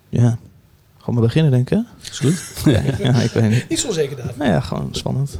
Ja. Gewoon maar beginnen, denk ik. Hè? Is goed. Ja, ik weet niet. Niet zo zeker, David. Nou ja, gewoon spannend.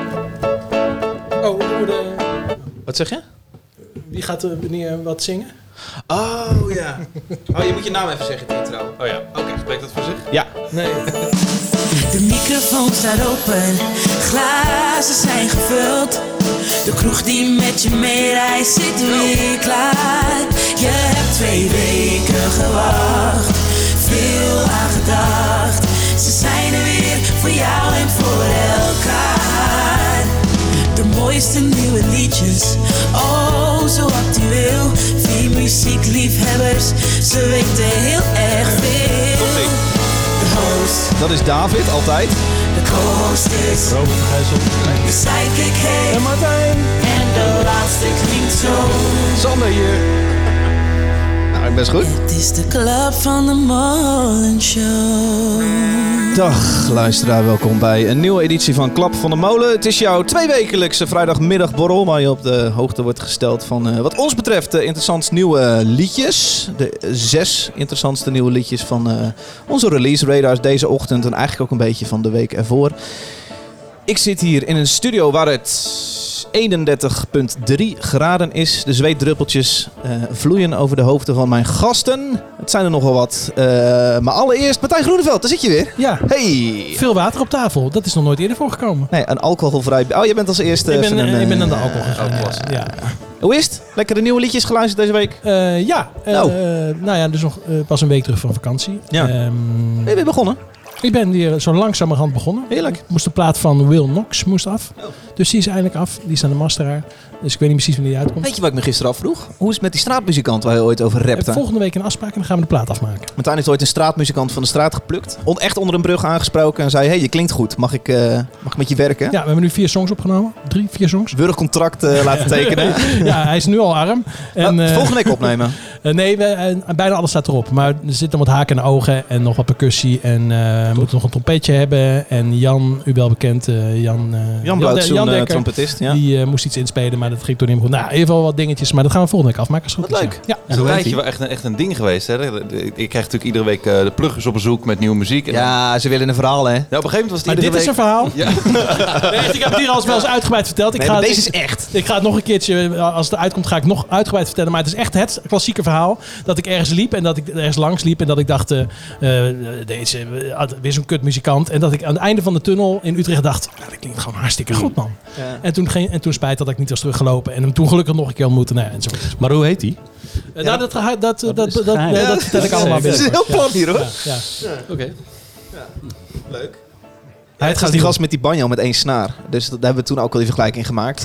Oh, Wat zeg je? wie gaat er wanneer wat zingen? Oh, ja. Oh, je moet je naam even zeggen, in de intro. Oh ja, oké. Spreekt dat voor zich? Ja. Nee. De microfoon staat open, glazen zijn gevuld. De kroeg die met je meereist zit weer klaar. Je hebt 2 weken gewacht, veel aan gedacht. Ze zijn er weer voor jou en voor elkaar. De mooiste nieuwe liedjes, oh zo actueel. 4 muziekliefhebbers, ze weten heel erg veel. De host, Dat is David, altijd. de co-host is Robert van Gijssel. de sidekick heeft. En Martijn. En de laatste klinkt zo. Sander hier. Nou, best goed. Het is de Club van de Molen Show. Dag luisteraar, welkom bij een nieuwe editie van Klap van de Molen. Het is jouw 2-wekelijkse vrijdagmiddagborrel waar je op de hoogte wordt gesteld van wat ons betreft de interessantste nieuwe liedjes. De 6 interessantste nieuwe liedjes van onze release radars deze ochtend en eigenlijk ook een beetje van de week ervoor. Ik zit hier in een studio waar het 31,3 graden is. De zweetdruppeltjes vloeien over de hoofden van mijn gasten. Het zijn er nogal wat. Maar allereerst Martijn Groeneveld, daar zit je weer. Ja, Hey! veel water op tafel. Dat is nog nooit eerder voorgekomen. Nee, een alcoholvrij... Oh, jij bent als eerste... Ik ben even aan de alcohol gegaan. klasse. Ja. Hoe is het? Lekker de nieuwe liedjes geluisterd deze week? Nou ja, dus nog pas een week terug van vakantie. Ja. Ben je weer begonnen? Ik ben weer zo langzamerhand begonnen. Heerlijk. Moest de plaat van Will Knox af. Dus die is eindelijk af. Die is aan de masteraar. Dus ik weet niet precies wanneer die uitkomt. Weet je wat ik me gisteren afvroeg? Hoe is het met die straatmuzikant waar je ooit over Ik heb rapte? volgende week een afspraak en dan gaan we de plaat afmaken. Martijn heeft ooit een straatmuzikant van de straat geplukt. Echt onder een brug aangesproken en zei... Hey, je klinkt goed. Mag ik met je werken? Ja, we hebben nu 4 songs opgenomen. 4 songs. Wurgcontract laten tekenen. Ja, hij is nu al arm. En, Volgende week opnemen. Nee, bijna alles staat erop. Maar er zitten wat haken in de ogen en nog wat percussie. En we moeten nog een trompetje hebben. En Jan, u wel bekend, Jan Dekker, trompetist. Ja. die moest iets inspelen, maar dat ging toen niet meer goed. Nou, even wel wat dingetjes, maar dat gaan we volgende week afmaken. Als het goed Wat is. leuk. Ja. Het is een tijdje wel echt een ding geweest. Hè? Ik krijg natuurlijk iedere week de pluggers op bezoek met nieuwe muziek. En Ja, ze willen een verhaal, hè? ja, op een gegeven moment was het Maar dit iedere is een week... verhaal. Ja. Nee, ik heb het hier al wel eens uitgebreid verteld. Nee, maar deze is echt. Ik ga het nog een keertje, als het uitkomt, ga ik nog uitgebreid vertellen. Maar het is echt het klassieke verhaal. Dat ik ergens liep en dat ik ergens langs liep. En dat ik dacht, weer zo'n kutmuzikant. En dat ik aan het einde van de tunnel in Utrecht dacht, nou, dat klinkt gewoon hartstikke goed, man. Ja. En toen spijt dat ik niet was teruggelopen. En hem toen gelukkig nog een keer ontmoeten. Nee, en zo. Maar hoe heet die? Nou, dat geheim. vertel ik allemaal Het is binnen. heel plat hier, hoor. Ja. Oké. Leuk. Hij Het gaat die gast met die banjo met 1 snaar. Dus daar hebben we toen ook al die vergelijking gemaakt.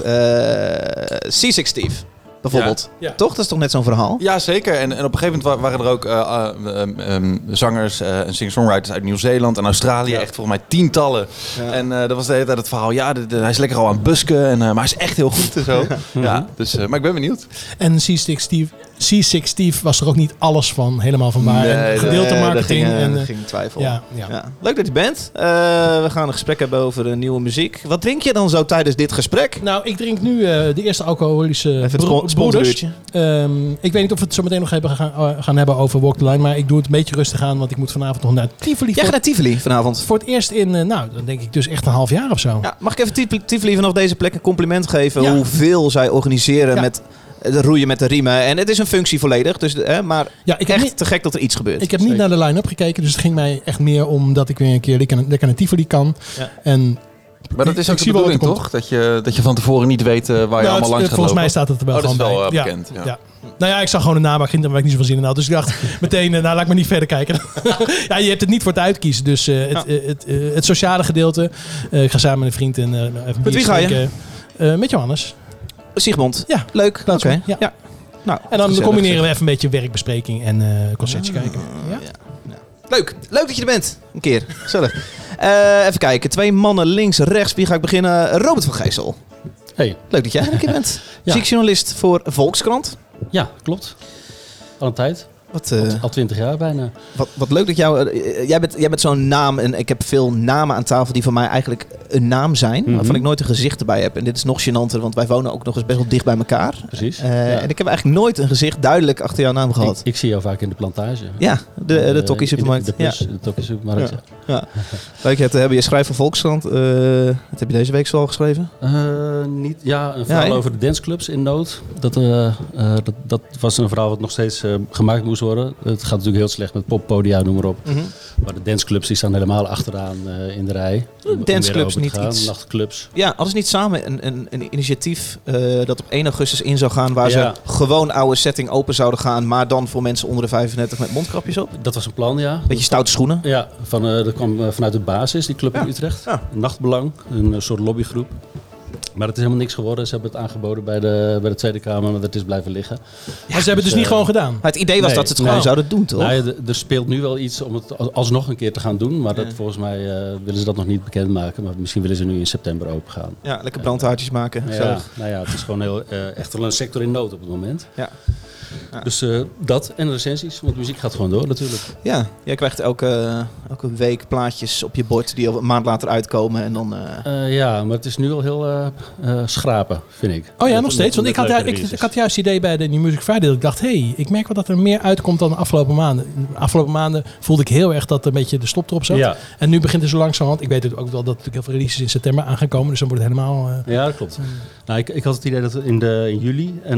C6 Steve, bijvoorbeeld. Ja. Toch? Dat is toch net zo'n verhaal? Ja, zeker. En op een gegeven moment waren er ook zangers en singer-songwriters uit Nieuw-Zeeland en Australië. Ja. Echt volgens mij tientallen. Ja. En dat was de hele tijd het verhaal. Ja, hij is lekker al aan het busken. Maar hij is echt heel goed en zo. Ja, dus, maar ik ben benieuwd. En C6 Steve was er ook niet alles van, helemaal van waar. En gedeelte marketing. Daar En, ging twijfel. ja. Ja. Leuk dat je bent. We gaan een gesprek hebben over nieuwe muziek. Wat drink je dan zo tijdens dit gesprek? Nou, ik drink nu de eerste alcoholische Even het broeders. sponsoruurtje. Ik weet niet of we het zo meteen nog gaan hebben over Walk the Line. Maar ik doe het een beetje rustig aan, want ik moet vanavond nog naar Tivoli. Jij gaat naar Tivoli vanavand. Voor het eerst in, dan denk ik dus echt een half jaar of zo. Ja, mag ik even Tivoli vanaf deze plek een compliment geven? Ja. Hoeveel zij organiseren Ja. met het roeien met de riemen. En het is een functie volledig. Dus, maar Ja, ik heb echt niet- te gek dat er iets gebeurt. Ik heb niet naar de line-up gekeken, dus het ging mij echt meer om dat ik weer een keer lekker naar Tivoli kan. Ja. En Maar dat is Ik ook de zie wel wat er bedoeling, toch? Dat je van tevoren niet weet waar je nou, allemaal langs gaat volgens mij lopen. staat het er wel Oh, dat gewoon is wel bij. bekend. Ja. Nou ja, ik zag gewoon een naam waar ik niet zoveel zin in had. Dus ik dacht meteen, nou laat ik maar niet verder kijken. Ja, je hebt het niet voor het uitkiezen. Dus het sociale gedeelte. Ik ga samen met een vriend en even een Met wie ga je? drinken. Met Johannes. Sigmond. Ja. Leuk. Oké. Ja. Ja. Nou, En dan gezellig, combineren we zeg. even een beetje werkbespreking en concertje kijken. Ja? Leuk. Leuk dat je er bent. Een keer. Gezellig. Even kijken. 2 mannen links, rechts. Wie ga ik beginnen? Robert van Gijssel. Hey. Leuk dat jij er een keer bent. Ja. Muziekjournalist voor Volkskrant. Ja, klopt. Al een tijd. Wat, Al 20 jaar bijna. wat leuk dat jij bent zo'n naam. En ik heb veel namen aan tafel die voor mij eigenlijk een naam zijn, waarvan ik nooit een gezicht erbij heb. En dit is nog gênanter, want wij wonen ook nog eens best wel dicht bij elkaar. Precies. En ik heb eigenlijk nooit een gezicht duidelijk achter jouw naam gehad. Ik zie jou vaak in de plantage. Ja, de Tokkie supermarkt. De Tokkie supermarkt, Ja. Leuk je te hebben. Je schrijft voor Volkskrant. Wat heb je deze week zoal geschreven? Niet, een verhaal over de danceclubs in nood. Dat was een verhaal wat nog steeds gemaakt moest worden. Het gaat natuurlijk heel slecht met poppodia, noem maar op. Maar de danceclubs die staan helemaal achteraan in de rij. Danceclubs, niet iets. Nachtclubs. Ja, hadden ze niet samen een initiatief dat op 1 augustus in zou gaan, waar ze gewoon oude setting open zouden gaan, maar dan voor mensen onder de 35 met mondkapjes op? Dat was een plan, ja. Beetje stoute schoenen. Ja, dat kwam vanuit de basis, die club in Utrecht. Ja. Nachtbelang, een soort lobbygroep. Maar het is helemaal niks geworden. Ze hebben het aangeboden bij de Tweede Kamer, maar dat is blijven liggen. Maar ze hebben het dus niet gewoon gedaan. Maar het idee was dat ze het gewoon zouden doen, toch? Nou, er speelt nu wel iets om het alsnog een keer te gaan doen. Maar volgens mij willen ze dat nog niet bekendmaken. Maar misschien willen ze nu in september open gaan. Ja, lekker brandhaartjes maken. Ja, het is gewoon echt wel een sector in nood op het moment. Ja. Ja. Dus dat en recensies, want muziek gaat gewoon door natuurlijk. Ja, jij krijgt elke week plaatjes op je bord die een maand later uitkomen en dan... Maar het is nu al heel schrapen, vind ik. Oh ja, nog steeds. Want ik had juist het idee bij de New Music Friday dat ik dacht, ik merk wel dat er meer uitkomt dan de afgelopen maanden. De afgelopen maanden voelde ik heel erg dat een beetje de stop erop zat. Ja. En nu begint er zo langzamerhand. Ik weet het ook wel dat natuurlijk heel veel releases in september aan gaan komen, dus dan wordt het helemaal... Ja, dat klopt. Nou, ik had het idee dat in juli en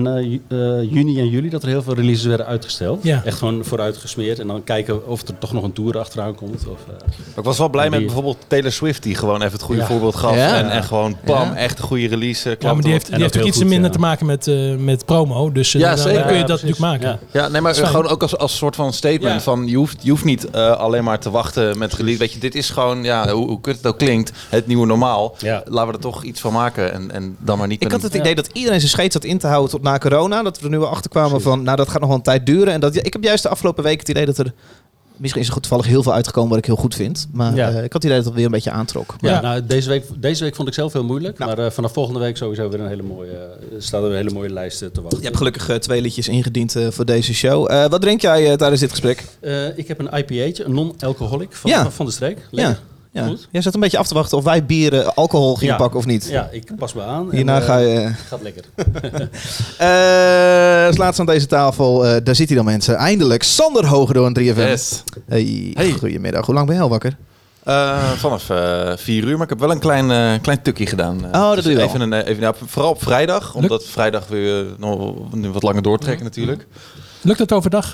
juni en juli dat er heel veel releases werden uitgesteld. Ja. Echt gewoon vooruit gesmeerd en dan kijken of er toch nog een tour achteraan komt. Ik was wel blij met bijvoorbeeld Taylor Swift, die gewoon even het goede voorbeeld gaf. Ja. En gewoon echt een goede release. Ja, maar die heeft ook iets minder te maken met promo. Dus dan kun je dat natuurlijk maken. Ja, nee, maar gewoon ook als soort van statement van je hoeft niet alleen maar te wachten met release. Weet je, dit is gewoon, hoe kut het ook klinkt, het nieuwe normaal. Ja. Laten we er toch iets van maken en dan maar niet. Ik had het idee dat iedereen zijn scheet zat in te houden tot na corona. Dat we er nu wel achter kwamen van, dat gaat nog wel een tijd duren. En ik heb juist de afgelopen weken het idee dat er... Misschien is er toevallig heel veel uitgekomen wat ik heel goed vind. Maar ik had het idee dat het weer een beetje aantrok. Ja, nou, deze week vond ik zelf heel moeilijk. Nou. Maar vanaf volgende week sowieso weer staat er een hele mooie lijst te wachten. Je hebt gelukkig 2 liedjes ingediend voor deze show. Wat drink jij tijdens dit gesprek? Ik heb een IPA'tje, een non-alcoholic van de streek. Lekker. Ja. Jij zat een beetje af te wachten of wij bieren alcohol gingen pakken of niet. Ja, ik pas me aan. Hierna ga je... Gaat lekker. Als laatste aan deze tafel, daar zit hij dan mensen. Eindelijk, Sander Hogendoorn, 3FM. Yes. Hey. Goedemiddag. Hoe lang ben je al wakker? Vanaf 4 uur, maar ik heb wel een klein tukje gedaan. Dat doe je wel. Even, vooral op vrijdag, omdat vrijdag weer nog wat langer doortrekken natuurlijk. Lukt het overdag?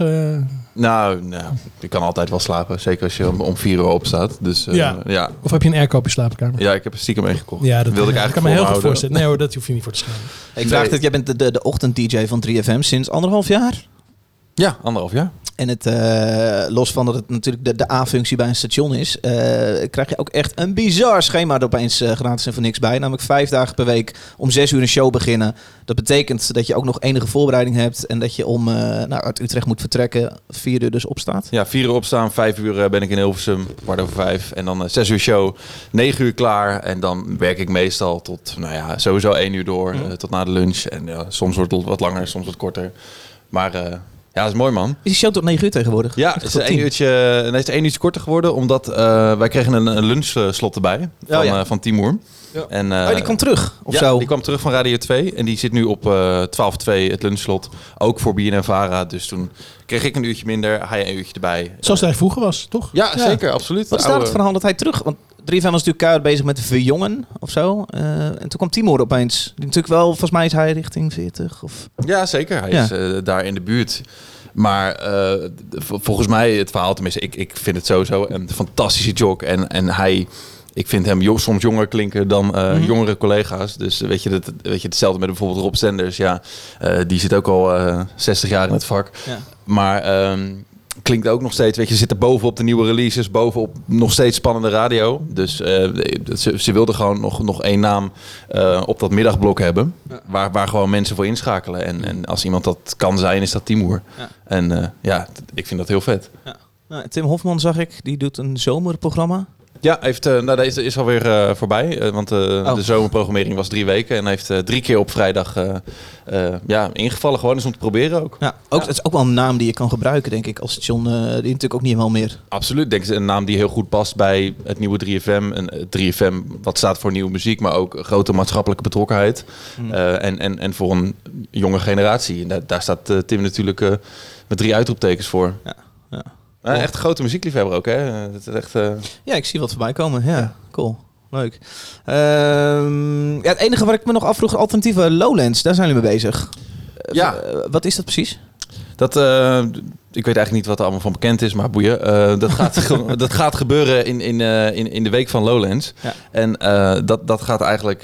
Nou, ik kan altijd wel slapen. Zeker als je om 4 uur opstaat. Dus, ja. Of heb je een airco op je slaapkamer? Ja, ik heb een stiekem meegekocht. Ja, dat wilde ik eigenlijk kan me heel goed voorstellen. Nee hoor, dat hoef je niet voor te schamen. Ik vraag het, jij bent de ochtend-dj van 3FM sinds 1,5 jaar? Ja, 1,5 jaar. En het, los van dat het natuurlijk de A-functie bij een station is, krijg je ook echt een bizar schema er opeens gratis en voor niks bij. Namelijk 5 dagen per week om 6 uur een show beginnen. Dat betekent dat je ook nog enige voorbereiding hebt en dat je om uit Utrecht moet vertrekken, 4 uur dus opstaat. Ja, 4 uur opstaan, 5 uur ben ik in Hilversum, 4:15. En dan 6 uur show, 9 uur klaar. En dan werk ik meestal tot, sowieso 1 uur door, tot na de lunch. En soms wordt het wat langer, soms wat korter. Maar... ja, dat is mooi, man. Is die show tot 9 uur tegenwoordig? Ja, het is 1 uurtje korter geworden, omdat wij kregen een lunchslot erbij van Timur. Ja. En, die kwam terug, of zo? Die kwam terug van Radio 2 en die zit nu op 12:02 het lunchslot, ook voor BNNVARA. Dus toen kreeg ik een uurtje minder, hij een uurtje erbij. Zoals hij vroeger was, toch? Ja, zeker, absoluut. Wat staat het verhaal dat hij terug... Want 3FM was natuurlijk keihard bezig met verjongen of zo. En toen kwam Timur opeens. Die natuurlijk wel, volgens mij is hij richting 40. Of... Ja, zeker. Hij is daar in de buurt. Maar volgens mij het verhaal, tenminste, ik vind het sowieso een fantastische jock. En hij... Ik vind hem soms jonger klinken dan jongere collega's. Dus weet je, hetzelfde met bijvoorbeeld Rob Stenders. Ja, die zit ook al 60 jaar in het vak. Ja. Maar klinkt ook nog steeds, weet je, zit er bovenop de nieuwe releases, bovenop nog steeds spannende radio. Dus ze wilden gewoon nog 1 naam op dat middagblok hebben. Ja. Waar gewoon mensen voor inschakelen. En als iemand dat kan zijn, is dat Timur. Ja. En ik vind dat heel vet. Ja. Nou, Tim Hofman zag ik, die doet een zomerprogramma. Ja, deze is alweer voorbij. Want de zomerprogrammering was 3 weken. En hij heeft 3 keer op vrijdag ingevallen. Gewoon eens om te proberen ook. Ja, het is ook wel een naam die je kan gebruiken, denk ik. Als station, die natuurlijk ook niet helemaal meer. Absoluut. Denk ik een naam die heel goed past bij het nieuwe 3FM. En 3FM, wat staat voor nieuwe muziek, maar ook grote maatschappelijke betrokkenheid. En voor een jonge generatie. En daar staat Tim natuurlijk met 3 uitroeptekens voor. Ja. Echt een grote muziekliefhebber ook, hè? Dat is echt, Ja, ik zie wat voorbij komen. Ja, cool. Leuk. Het enige wat ik me nog afvroeg, alternatieve Lowlands, daar zijn jullie mee bezig. Ja. Wat is dat precies? Ik weet eigenlijk niet wat er allemaal van bekend is, maar boeien. Dat gaat gebeuren in de week van Lowlands. Ja. En dat gaat eigenlijk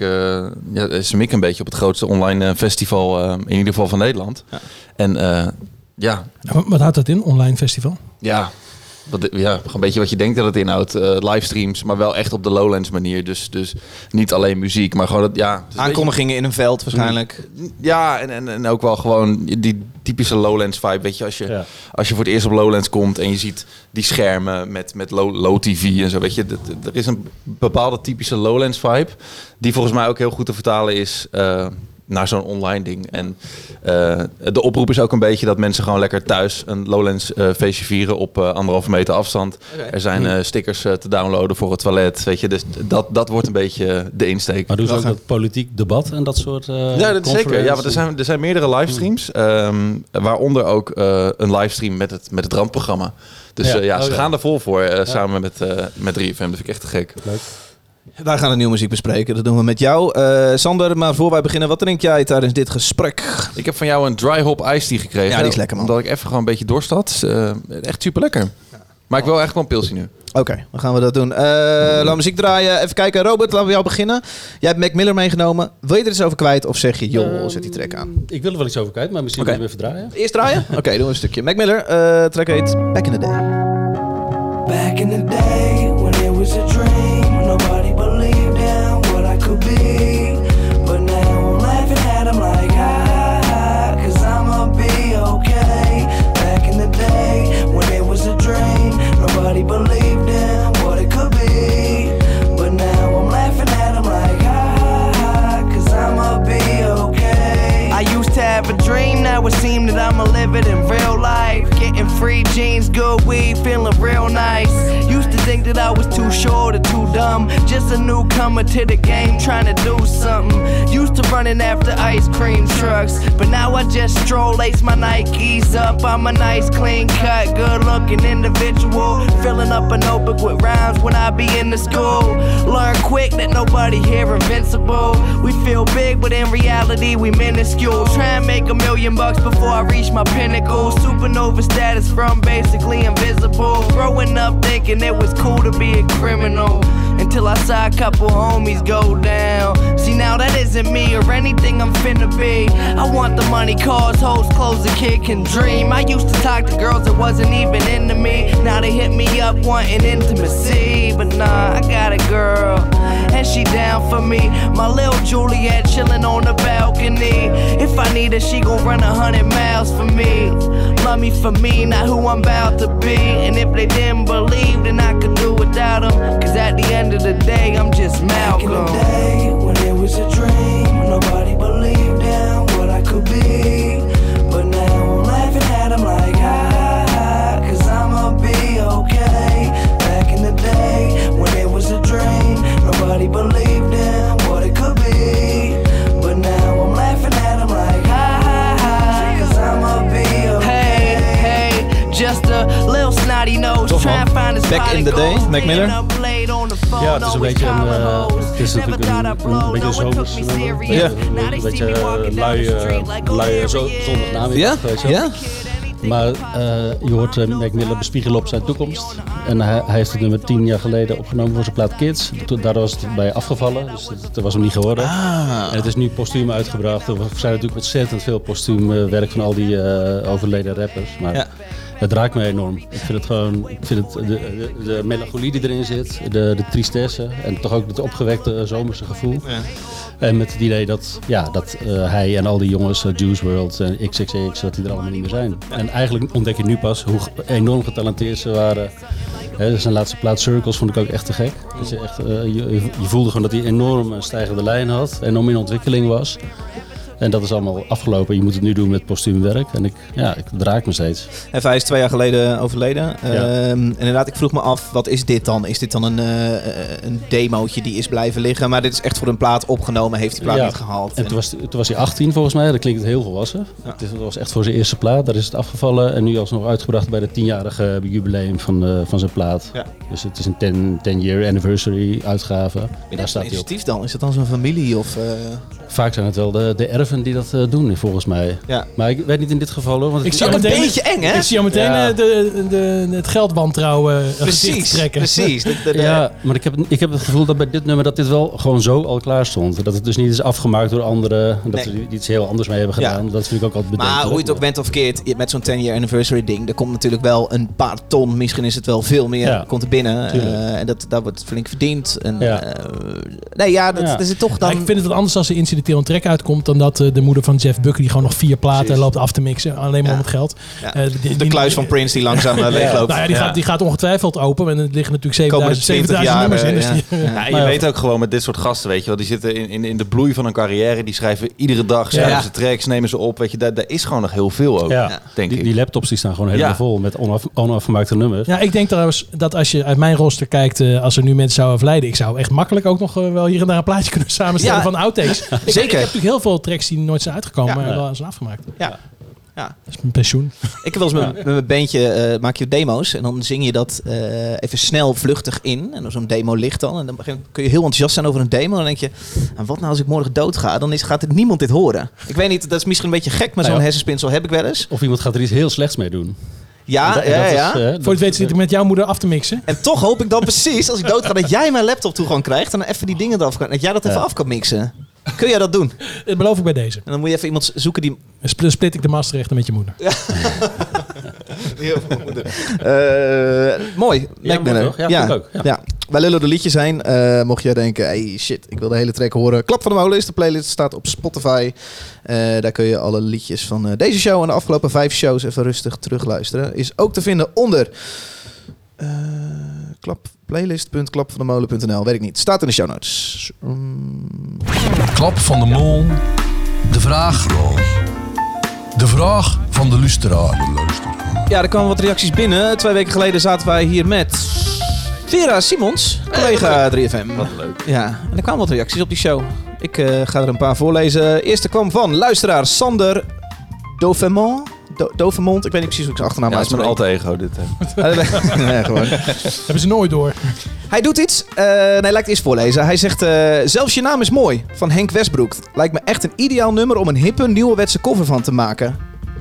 smik een beetje op het grootste online festival, in ieder geval van Nederland. Ja. En wat houdt dat in, online festival? Ja, een beetje wat je denkt dat het inhoudt. Livestreams, maar wel echt op de Lowlands manier. Dus niet alleen muziek, maar gewoon... aankondigingen in een veld waarschijnlijk. Ja, en ook wel gewoon die typische Lowlands vibe. Weet je, als je voor het eerst op Lowlands komt en je ziet die schermen met low TV en zo. Weet je, er is een bepaalde typische Lowlands vibe die volgens mij ook heel goed te vertalen is... naar zo'n online ding. En de oproep is ook een beetje dat mensen gewoon lekker thuis een Lowlands feestje vieren op 1,5 meter afstand. Okay. Er zijn stickers te downloaden voor het toilet. Weet je, dus dat wordt een beetje de insteek. Maar doen ze ook dat politiek debat en dat soort ja, dat zeker. Ja, want er zijn meerdere livestreams. Waaronder ook een livestream met het randprogramma. Dus ze gaan er vol voor samen met 3FM. Dat vind ik echt te gek. Leuk. Wij gaan de nieuwe muziek bespreken. Dat doen we met jou. Sander, maar voor wij beginnen, wat drink jij tijdens dit gesprek? Ik heb van jou een dry hop iced tea gekregen. Ja, die is lekker, man. Omdat ik even gewoon een beetje dorst had. Echt super lekker. Ja. Maar ik wil echt wel een pilsje nu. Oké, dan gaan we dat doen. Laten we muziek draaien. Even kijken. Robert, laten we jou beginnen. Jij hebt Mac Miller meegenomen. Wil je er iets over kwijt of zeg je, joh, zet die track aan? Ik wil er wel iets over kwijt, maar misschien wil je even draaien. Eerst draaien? Oké, doen we een stukje. Mac Miller, track heet Back in the Day. Back in the day when it was a dream, nobody believed in what I could be. But now I'm laughing at them like, ha, 'cause I'ma be okay. Back in the day when it was a dream, nobody believed in what it could be. But now I'm laughing at them like, ha, 'cause I'ma be okay. I used to have a dream, now it seems that I'ma live it in real life. Getting free jeans, good weed, feeling real nice. Used to think that I was too short or too dumb. Just a newcomer to the game, trying to do something. Used to running after ice cream trucks, but now I just stroll, lace my Nikes up. I'm a nice, clean cut, good looking individual. Filling up a notebook with rhymes when I be in the school. Learn quick that nobody here invincible. We feel big, but in reality we minuscule. Try and make $1 million before I reach my pinnacle. Supernova status from basically invisible. Growing up thinking it was cool to be a criminal, until I saw a couple homies go down. See, now that isn't me or anything I'm finna be. I want the money, cars, hoes, clothes a kid can dream. I used to talk to girls that wasn't even into me. Now they hit me up wanting intimacy. But nah, I got a girl, and she down for me. My little Juliet chilling on the balcony. If I need her, she gon' run 100 miles for me. Love me for me, not who I'm about to be. And if they didn't believe, then I could do without them. 'Cause at the end of the day, I'm just Malcolm. Back in the day, when it was a dream, nobody believed in what I could be. But now I'm laughing at them like, ha, 'cause I'ma be okay. Back in the day, when it was a dream, nobody believed in what it could be. But now I'm laughing at them like, ha, 'cause I'ma be okay. Hey, just a little snotty nose, try and find his Back in the day, Mac Miller. Ja, het is een beetje het is natuurlijk een beetje zomers. Ja. Een beetje lui zondagnamiddag. Ja? Ja? Maar je hoort Mac Miller bespiegelen op zijn toekomst. En hij heeft het nummer 10 jaar geleden opgenomen voor zijn plaat Kids. Daardoor was het bij afgevallen, dus dat was hem niet geworden. En het is nu postuum uitgebracht. Er zijn natuurlijk ontzettend veel postuum werk van al die overleden rappers. Maar dat raakt me enorm. Ik vind het de melancholie die erin zit, de tristesse en toch ook het opgewekte zomerse gevoel. Ja. En met het idee dat hij en al die jongens, Juice WRLD en XXX, dat die er allemaal niet meer zijn. En eigenlijk ontdek je nu pas hoe enorm getalenteerd ze waren Dus zijn laatste plaat Circles vond ik ook echt te gek. Dus je voelde gewoon dat hij enorm een stijgende lijn had. Enorm in ontwikkeling was. En dat is allemaal afgelopen. Je moet het nu doen met postuum werk. En ik draak me steeds. En hij is 2 jaar geleden overleden. Inderdaad, ik vroeg me af, wat is dit dan? Is dit dan een demootje die is blijven liggen? Maar dit is echt voor een plaat opgenomen. Heeft die plaat niet gehaald. En toen was hij 18 volgens mij. Dat klinkt heel volwassen. Ja. Het was echt voor zijn eerste plaat. Daar is het afgevallen. En nu alsnog uitgebracht bij de 10-jarige jubileum van zijn plaat. Ja. Dus het is een 10-year anniversary uitgave. En daar staat hij op. Dan? Is het dan zo'n familie? Of, Vaak zijn het wel de erven die dat doen, volgens mij. Ja. Maar ik weet niet in dit geval hoor. Want het is ook een beetje eng, hè? Ik zie jou meteen het geldwantrouwen trekken. Precies. Ja, maar ik heb het gevoel dat bij dit nummer dat dit wel gewoon zo al klaar stond. Dat het dus niet is afgemaakt door anderen. Dat ze iets heel anders mee hebben gedaan. Ja. Dat vind ik ook altijd bedenkelijk. Maar hoe je het ook bent of verkeerd, met zo'n 10-year anniversary ding, er komt natuurlijk wel een paar ton. Misschien is het wel veel meer. Komt er binnen. En dat wordt flink verdiend. En, dat is het toch dan. Ik vind het wat anders als er incidenteel een track uitkomt dan dat de moeder van Jeff Buckley die gewoon nog 4 platen loopt af te mixen. Alleen maar om het geld. Ja. De kluis van Prince die langzaam leegloopt. Nou ja, die gaat ongetwijfeld open. En er liggen natuurlijk 7000 nummers in. Dus je weet ook gewoon met dit soort gasten, weet je wel. Die zitten in de bloei van hun carrière. Die schrijven iedere dag ze tracks, nemen ze op. Weet je, daar is gewoon nog heel veel ook, denk ik. Die laptops die staan gewoon helemaal vol met onafgemaakte nummers. Ja, ik denk trouwens dat als je uit mijn roster kijkt, als er nu mensen zouden overlijden, ik zou echt makkelijk ook nog wel hier en daar een plaatje kunnen samenstellen van outtakes. Zeker. Ik heb natuurlijk heel veel tracks die nooit zijn uitgekomen, maar wel zijn afgemaakt. Ja. Dat is mijn pensioen. Ik heb wel eens met mijn bandje, maak je demo's en dan zing je dat even snel vluchtig in. En zo'n demo ligt dan. En dan kun je heel enthousiast zijn over een demo. En dan denk je, wat nou als ik morgen dood ga? Dan gaat niemand dit horen. Ik weet niet, dat is misschien een beetje gek, maar zo'n hersenspinsel heb ik wel eens. Of iemand gaat er iets heel slechts mee doen. Ja. Voor het weet zit ik met jouw moeder af te mixen. En toch hoop ik dan precies, als ik dood ga, dat jij mijn laptop toegang krijgt. En dan even die dingen eraf kan. Dat jij dat even af kan mixen. Kun jij dat doen? Dat beloof ik bij deze. En dan moet je even iemand zoeken die... Split ik de masterrechten met je moeder. Ja. Mooi. Ja, leuk. Ja. Wij lullen de liedjes heen. Mocht jij denken, hey shit, ik wil de hele track horen. Klap van de Molen is de playlist. Staat op Spotify. Daar kun je alle liedjes van deze show en de afgelopen 5 shows even rustig terugluisteren. Is ook te vinden onder... playlist.klapvandemolen.nl. Weet ik niet. Staat in de show notes. Klap van de Mol. De vraag. De vraag van de luisteraar. Ja, er kwamen wat reacties binnen. 2 weken geleden zaten wij hier met Vera Simons, collega 3FM. Wat leuk. Ja, en er kwamen wat reacties op die show. Ik ga er een paar voorlezen. Eerste kwam van luisteraar Sander Dovemont. Ik weet niet precies hoe ik zijn achternaam uitspreek. Ja, het is mijn alter ego dit. Nee, gewoon. Hebben ze nooit door. Hij doet iets. Laat ik het eerst voorlezen. Hij zegt, zelfs je naam is mooi. Van Henk Westbroek. Lijkt me echt een ideaal nummer om een hippe, nieuwerwetse cover van te maken.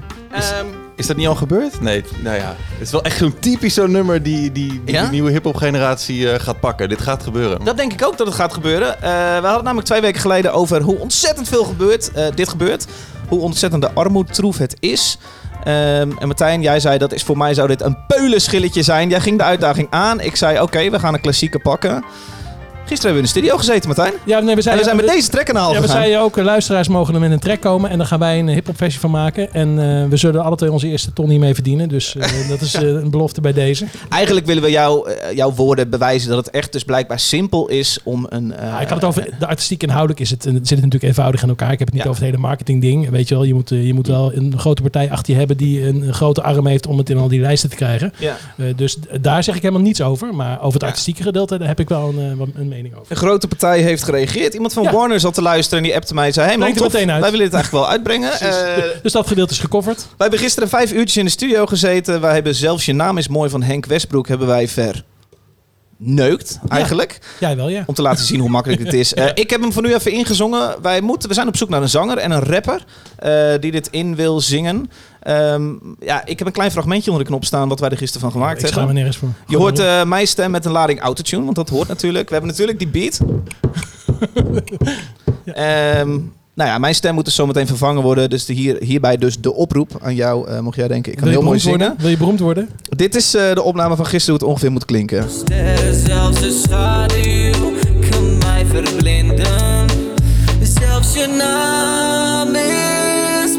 Is dat niet al gebeurd? Nee, nou ja. Het is wel echt zo'n typisch zo'n nummer die de nieuwe hip-hop generatie gaat pakken. Dit gaat gebeuren. Dat denk ik ook dat het gaat gebeuren. We hadden het namelijk 2 weken geleden over hoe ontzettend veel dit gebeurt. Hoe ontzettend de armoedtroef het is. En Martijn, jij zei dat voor mij zou dit een peulenschilletje zijn. Jij ging de uitdaging aan. Ik zei oké, we gaan een klassieke pakken. Gisteren hebben we in de studio gezeten, Martijn. Ja, nee, we zijn met deze track aan de haal gegaan. We zeiden ook, luisteraars mogen er met een track komen. En dan gaan wij een hip-hop versie van maken. En we zullen alle 2 onze eerste ton hiermee verdienen. Dus dat is een belofte bij deze. Eigenlijk willen we jouw woorden bewijzen dat het echt dus blijkbaar simpel is om een... ik had het over de artistiek inhoudelijk zit het natuurlijk eenvoudig in elkaar. Ik heb het niet over het hele marketing ding. Weet je wel, je moet wel een grote partij achter je hebben die een grote arm heeft om het in al die lijsten te krijgen. Ja. Dus daar zeg ik helemaal niets over. Maar over het artistieke gedeelte daar heb ik wel een mening over. Een grote partij heeft gereageerd. Iemand van Warner zat te luisteren en die appte mij en zei... Hey man, tof, wij willen dit eigenlijk wel uitbrengen. Dus dat gedeelte is gecoverd. Wij hebben gisteren 5 uurtjes in de studio gezeten. Wij hebben zelfs Je naam is mooi van Henk Westbroek hebben wij verneukt eigenlijk. Jij wel, ja. Om te laten zien hoe makkelijk het is. Ik heb hem voor nu even ingezongen. We zijn op zoek naar een zanger en een rapper die dit in wil zingen. Ik heb een klein fragmentje onder de knop staan wat wij er gisteren van gemaakt hebben. Ik schaam me nergens voor. Je hoort mijn stem met een lading autotune, want dat hoort natuurlijk. We hebben natuurlijk die beat. Mijn stem moet dus zometeen vervangen worden. Dus hierbij dus de oproep aan jou, mocht jij denken, ik kan heel mooi zingen. Wil je beroemd worden? Dit is de opname van gisteren hoe het ongeveer moet klinken. Sterren, zelfs de schaduw kan mij verblinden. Zelfs je naam is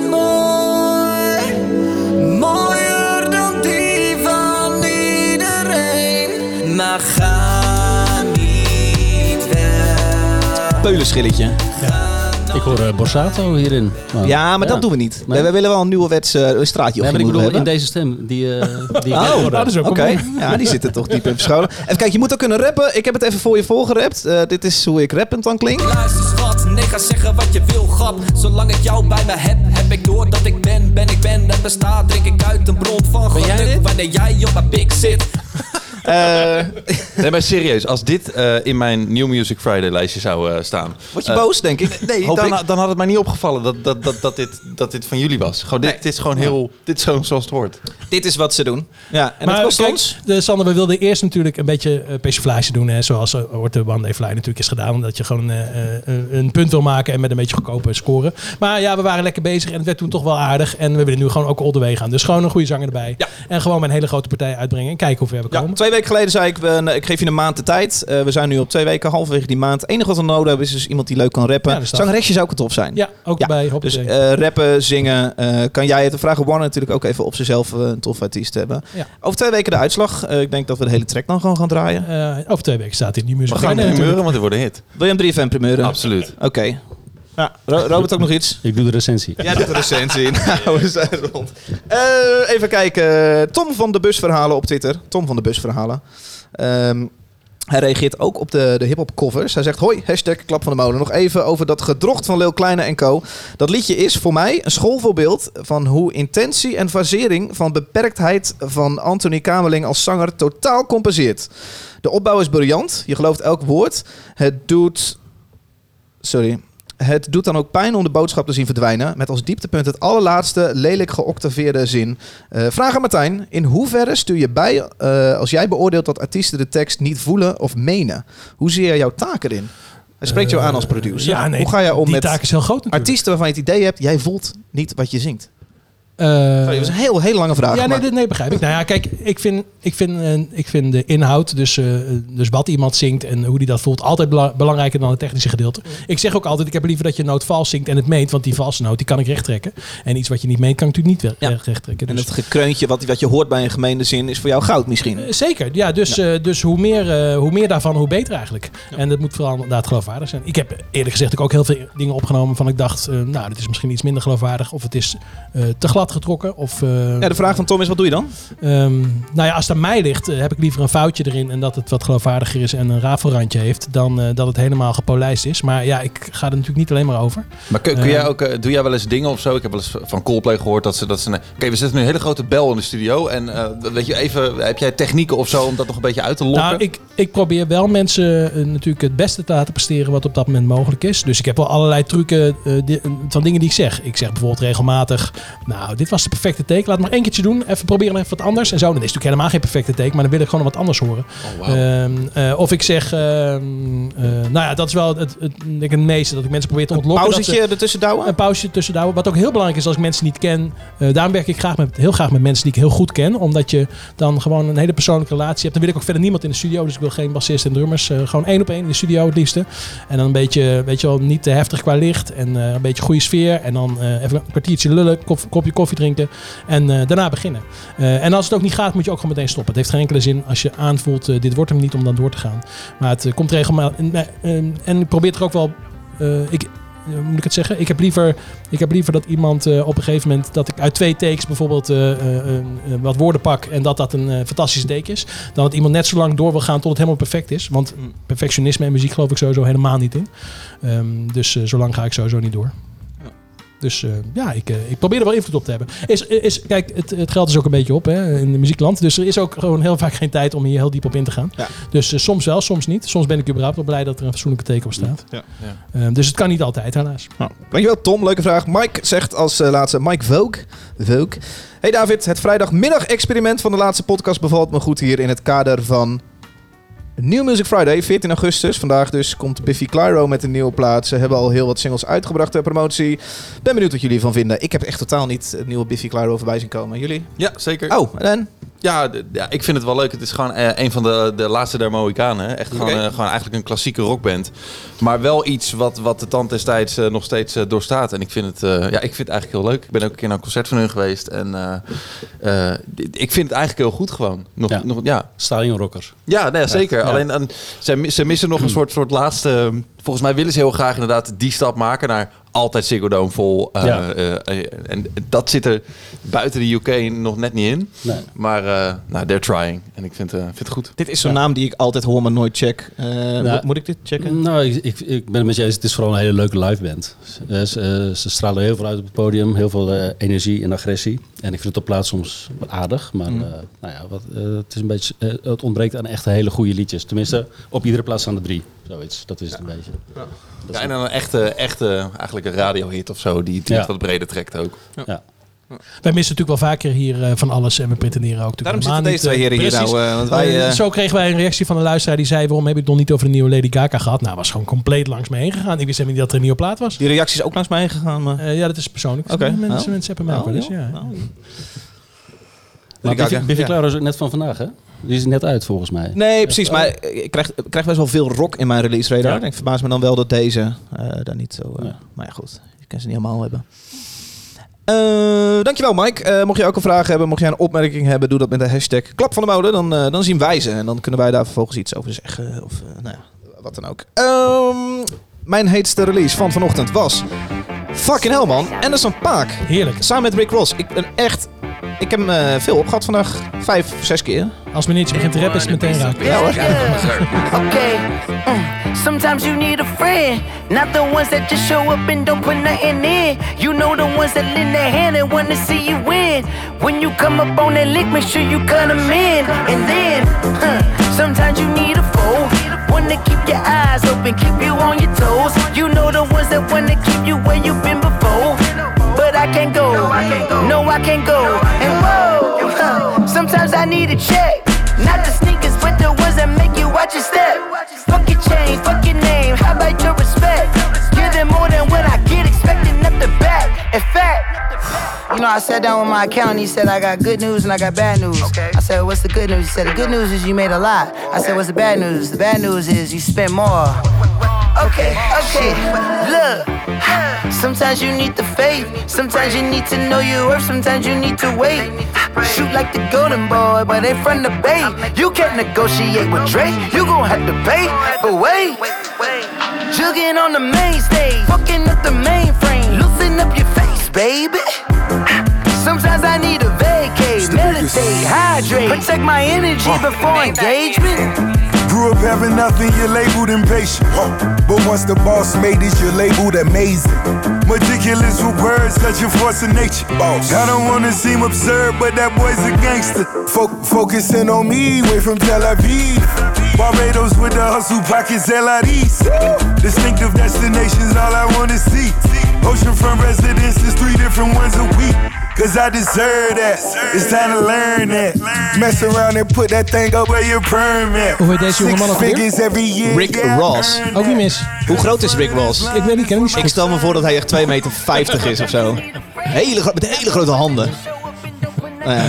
mooi. Mooier dan die van iedereen. maar ga niet weg. Peulenschilletje. Ik hoor Borsato hierin. Maar, ja, maar dat doen we niet. Nee? We willen wel een nieuwerwets straatje op. Nee, maar ik bedoel, in deze stem. Die dat is ook oké. Ja, die zitten toch diep in verscholen. Even kijken, je moet ook kunnen rappen. Ik heb het even voor je volgerapt. Dit is hoe ik rappend dan klink. Luister schat, nee ga zeggen wat je wil grap. Zolang ik jou bij me heb, heb ik door dat ik ben ik ben. En bestaat, drink ik uit een bron van geluk. Wanneer jij op mijn pik zit. Nee, maar serieus, als dit in mijn New Music Friday lijstje zou staan... Word je boos, denk ik? Nee, dan had het mij niet opgevallen dat dit van jullie was. Gewoon, dit is gewoon heel... Dit is gewoon zoals het hoort. Dit is wat ze doen. Ja, en maar dat kost ons. Sander, we wilden eerst natuurlijk een beetje persiflage doen. Hè, zoals de One Day Fly natuurlijk is gedaan. Omdat je gewoon een punt wil maken en met een beetje goedkope scoren. Maar ja, we waren lekker bezig en het werd toen toch wel aardig. En we willen nu gewoon ook all the way gaan. Dus gewoon een goede zanger erbij. Ja. En gewoon met een hele grote partij uitbrengen. En kijken hoe ver we komen. 2 weken geleden zei ik geef je een maand de tijd. We zijn nu op 2 weken, halverwege die maand. Het enige wat we nodig hebben is dus iemand die leuk kan rappen. Ja, zangeresje zou ook tof zijn. Ja, ook erbij. Dus rappen, zingen. Kan jij het vragen? Warner natuurlijk ook even op zichzelf een tof artiest hebben. Ja. Over 2 weken de uitslag. Ik denk dat we de hele track dan gewoon gaan draaien. Over 2 weken staat hij in die muziek. We gaan primeuren, want het wordt een hit. Wil je hem 3FM primeuren? Absoluut. Oké. Ja, Robert ook nog iets? Ik doe de recensie. Jij doet de recensie. Nou, we zijn rond. Even kijken. Tom van de Busverhalen op Twitter. Tom van de Busverhalen. Hij reageert ook op de hip-hop covers. Hij zegt: hoi, #Klap van de Molen. Nog even over dat gedrocht van Lil Kleine en co. Dat liedje is voor mij een schoolvoorbeeld van hoe intentie en fasering van beperktheid van Anthony Kamerling als zanger totaal compenseert. De opbouw is briljant. Je gelooft elk woord. Het doet dan ook pijn om de boodschap te zien verdwijnen. Met als dieptepunt het allerlaatste lelijk geoctaveerde zin. Vraag aan Martijn. In hoeverre stuur je bij als jij beoordeelt dat artiesten de tekst niet voelen of menen? Hoe zie je jouw taak erin? Hij spreekt jou aan als producer. Ja, nee, hoe ga je om met taak is heel groot natuurlijk. Artiesten waarvan je het idee hebt, jij voelt niet wat je zingt? Sorry, dat was een hele lange vraag. Ja, nee, begrijp ik. Nou ja, kijk, ik vind de inhoud, dus wat iemand zingt en hoe die dat voelt, altijd belangrijker dan het technische gedeelte. Ik zeg ook altijd, ik heb liever dat je een noot vals zingt en het meent, want die valse noot, die kan ik recht trekken. En iets wat je niet meent, kan ik natuurlijk niet recht trekken. Dus. En het gekreuntje wat je hoort bij een gemeende zin is voor jou goud misschien. Zeker, ja. Dus hoe meer daarvan, hoe beter eigenlijk. Ja. En dat moet vooral inderdaad geloofwaardig zijn. Ik heb eerlijk gezegd ook heel veel dingen opgenomen van ik dacht, dit is misschien iets minder geloofwaardig of het is te glad getrokken. Of, de vraag van Tom is, wat doe je dan? Als het aan mij ligt, heb ik liever een foutje erin en dat het wat geloofwaardiger is en een rafelrandje heeft, dan dat het helemaal gepolijst is. Maar ja, ik ga er natuurlijk niet alleen maar over. Maar kun jij ook, doe jij wel eens dingen of zo? Ik heb wel eens van Coldplay gehoord dat ze oké, we zetten nu een hele grote bel in de studio en weet je even, heb jij technieken of zo om dat nog een beetje uit te lokken? Nou, ik probeer wel mensen natuurlijk het beste te laten presteren wat op dat moment mogelijk is. Dus ik heb wel allerlei trucken van dingen die ik zeg. Ik zeg bijvoorbeeld regelmatig, dit was de perfecte take. Laat maar 1 keertje doen. Even proberen even wat anders. En zo. Dan is natuurlijk helemaal geen perfecte take. Maar dan wil ik gewoon wat anders horen. Oh, wow. Of ik zeg... dat is wel het meeste. Dat ik mensen probeer te ontlokken. Een pauzetje ertussen douwen? Een pauzetje ertussen douwen. Wat ook heel belangrijk is als ik mensen niet ken. Daarom werk ik heel graag met mensen die ik heel goed ken. Omdat je dan gewoon een hele persoonlijke relatie hebt. Dan wil ik ook verder niemand in de studio. Dus ik wil geen bassist en drummers. Gewoon 1 op 1 in de studio het liefste. En dan een beetje, weet je wel, niet te heftig qua licht. En een beetje goede sfeer. En dan even een kwartiertje lullen. Kopje koffie drinken. En daarna beginnen. En als het ook niet gaat, moet je ook gewoon meteen stoppen. Het heeft geen enkele zin als je aanvoelt, dit wordt hem niet om dan door te gaan. Maar het komt regelmatig. En ik probeer er ook wel... moet ik het zeggen? Ik heb liever dat iemand op een gegeven moment... dat ik uit 2 takes bijvoorbeeld wat woorden pak... en dat een fantastische take is. Dan dat iemand net zo lang door wil gaan tot het helemaal perfect is. Want perfectionisme en muziek geloof ik sowieso helemaal niet in. Dus zo lang ga ik sowieso niet door. Dus ik probeer er wel invloed op te hebben. Kijk, het geld is ook een beetje op in de muziekland. Dus er is ook gewoon heel vaak geen tijd om hier heel diep op in te gaan. Ja. Dus soms wel, soms niet. Soms ben ik überhaupt wel blij dat er een fatsoenlijke teken op staat. Ja. Dus het kan niet altijd, helaas. Nou, dankjewel Tom, leuke vraag. Mike zegt als laatste, Mike Vogue. Hey David, het vrijdagmiddag experiment van de laatste podcast bevalt me goed hier in het kader van... New Music Friday, 14 augustus. Vandaag dus komt Biffy Clyro met een nieuwe plaat. Ze hebben al heel wat singles uitgebracht ter promotie. Ben benieuwd wat jullie ervan vinden. Ik heb echt totaal niet het nieuwe Biffy Clyro voorbij zien komen. Jullie? Ja, zeker. Oh, en? Ja, ik vind het wel leuk. Het is gewoon een van de laatste der Mohikanen. Echt gewoon eigenlijk een klassieke rockband. Maar wel iets wat de tand destijds nog steeds doorstaat. En ik vind het eigenlijk heel leuk. Ik ben ook een keer naar een concert van hun geweest. En ik vind het eigenlijk heel goed gewoon. Stadionrocker. Ja, nee, zeker. Ja. Alleen ze missen nog een soort laatste... Volgens mij willen ze heel graag inderdaad die stap maken naar altijd Ziggo Dome vol. En dat zit er buiten de UK nog net niet in. Nee. Maar they're trying. En ik vind het goed. Dit is zo'n naam die ik altijd hoor, maar nooit check. Moet ik dit checken? Nou, ik ben het met je eens. Het is vooral een hele leuke live band. Ze stralen heel veel uit op het podium. Heel veel energie en agressie. En ik vind het op plaats soms wat aardig. Maar het is een beetje, het ontbreekt aan echt hele goede liedjes. Tenminste, op iedere plaats staan er 3. Zoiets. Dat is het een beetje. Ja, en dan een echte eigenlijk een radiohit of zo. Die wat breder trekt ook. Ja. Wij missen natuurlijk wel vaker hier van alles en we pretenderen ook. Daarom zitten deze twee heren hier nou. Zo kregen wij een reactie van een luisteraar die zei: waarom heb je het nog niet over de nieuwe Lady Gaga gehad? Nou, was gewoon compleet langs me heen gegaan. Ik wist helemaal niet dat er een nieuwe plaat was. Die reactie is ook langs mij heen gegaan? Maar... ja, dat is persoonlijk. Okay. Mensen hebben mij ook wel eens. Maar Biffy Clyro is ook net van vandaag, hè? Die is net uit, volgens mij. Nee, precies. Maar ik krijg best wel veel rock in mijn release radar. Ja. Ik verbaas me dan wel dat deze daar niet zo... Maar ja, goed. Je kan ze niet allemaal hebben. Dankjewel, Mike. Mocht je ook een vraag hebben, mocht jij een opmerking hebben, doe dat met de hashtag Klap van de Mode. Dan zien wij ze. En dan kunnen wij daar vervolgens iets over zeggen. Of wat dan ook. Mijn heetste release van vanochtend was... Fucking hell, man. Anderson .Paak. Heerlijk. Samen met Rick Ross. Ik heb hem veel opgehad vandaag. 5, 6 keer. Als meneertje begint te rappen is het meteen raak. Ja hoor. Okay. Sometimes you need a friend. Not the ones that just show up and don't put nothing in. You know the ones that lend a hand and want to see you win. When you come up on that lick, make sure you cut them in. And then, sometimes you need a foe. One to keep your eyes open, keep you on your toes. You know the ones that want to keep you where you've been before. But I can't go, no I can't go. And whoa, sometimes I need a check. Not the sneakers, but the ones that make you watch your step. Fuck your chain, fuck your name, how about your respect? Give them more than what I get, expecting up the back. In fact, you know, I sat down with my accountant, he said I got good news and I got bad news. Okay. I said, what's the good news? He said, the good news is you made a lot. I said, what's the bad news? The bad news is you spent more. Okay, look. Sometimes you need the faith. Sometimes you need to know your worth. Sometimes you need to wait. Shoot like the golden boy, but ain't from the bay. You can't negotiate with Drake. You gon' have to pay. But wait, jugging on the main stage, fucking up the mainframe, loosen up your face, baby. Sometimes I need a vacate, meditate, hydrate, protect my energy before engagement. Grew up having nothing, you're labeled impatient. But once the boss made it, you're labeled amazing. Meticulous with words, such a force of nature. I don't wanna seem absurd, but that boy's a gangster. Focusing on me, way from Tel Aviv. Barbados with the hustle pockets, LIDs. Distinctive destinations, all I wanna see. Oceanfront residences, 3 different ones a week. Cause I deserve that. It's time to learn that. Mess around and put that thing up where your permit. Hoe heet deze jongeman ook weer? Rick Ross. Ook niet mis. Hoe groot is Rick Ross? Ik weet niet. Ik stel me voor dat hij echt 2,50 meter is of zo. Met hele grote handen. Nou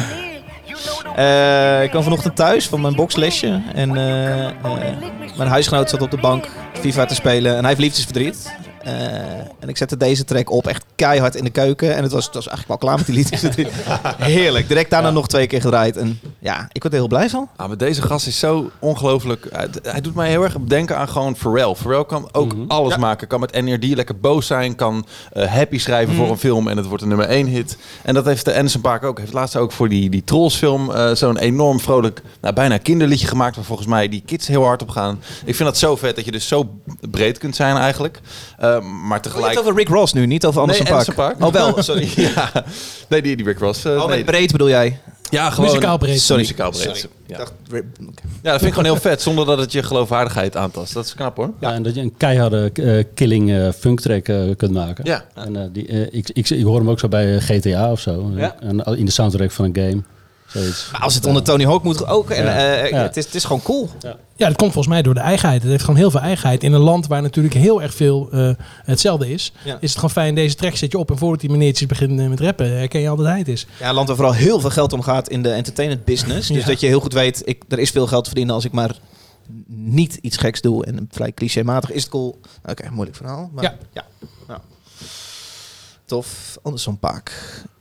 ja. Ik kwam vanochtend thuis van mijn bokslesje. En mijn huisgenoot zat op de bank FIFA te spelen. En hij heeft liefdesverdriet. En ik zette deze track op echt keihard in de keuken. En het was eigenlijk wel klaar met die liedjes. Heerlijk. Direct daarna nog 2 keer gedraaid. En ja, ik word er heel blij van. Ah, maar deze gast is zo ongelooflijk. Hij doet mij heel erg denken aan gewoon Pharrell. Pharrell kan ook alles maken. Kan met NRD lekker boos zijn. Kan happy schrijven voor een film. En het wordt een nummer 1 hit. En dat heeft de Anderson .Paak ook. Heeft laatst ook voor die Trolls film zo'n enorm vrolijk, bijna kinderliedje gemaakt. Waar volgens mij die kids heel hard op gaan. Ik vind dat zo vet dat je dus zo breed kunt zijn eigenlijk. Maar tegelijk... Je hebt over Rick Ross nu, niet over Anderson .Paak. Oh wel, sorry. Ja. Nee, die Rick Ross. Nee, breed bedoel jij? Ja, gewoon... Muzikaal breed. Sorry. Muzikaal breed. Sorry. Ja. Ja, dat vind ik gewoon heel vet, zonder dat het je geloofwaardigheid aantast. Dat is knap hoor. Ja, en dat je een keiharde killing funk track kunt maken. Ja. En ik hoor hem ook zo bij GTA of zo. Ja. En in de soundtrack van een game. Zoiets. Maar als het onder Tony Hawk moet ook. En, het is gewoon cool. Ja, dat komt volgens mij door de eigenheid. Het heeft gewoon heel veel eigenheid. In een land waar natuurlijk heel erg veel hetzelfde is. Ja. Is het gewoon fijn, deze track zet je op. En voordat die meneertjes beginnen met rappen, herken je al dat hij het is. Ja, een land waar vooral heel veel geld omgaat in de entertainment business. Dus dat je heel goed weet, er is veel geld te verdienen als ik maar niet iets geks doe. En vrij clichématig is het cool. Oké, moeilijk verhaal. Maar ja. Nou. Tof. Andersom Paak.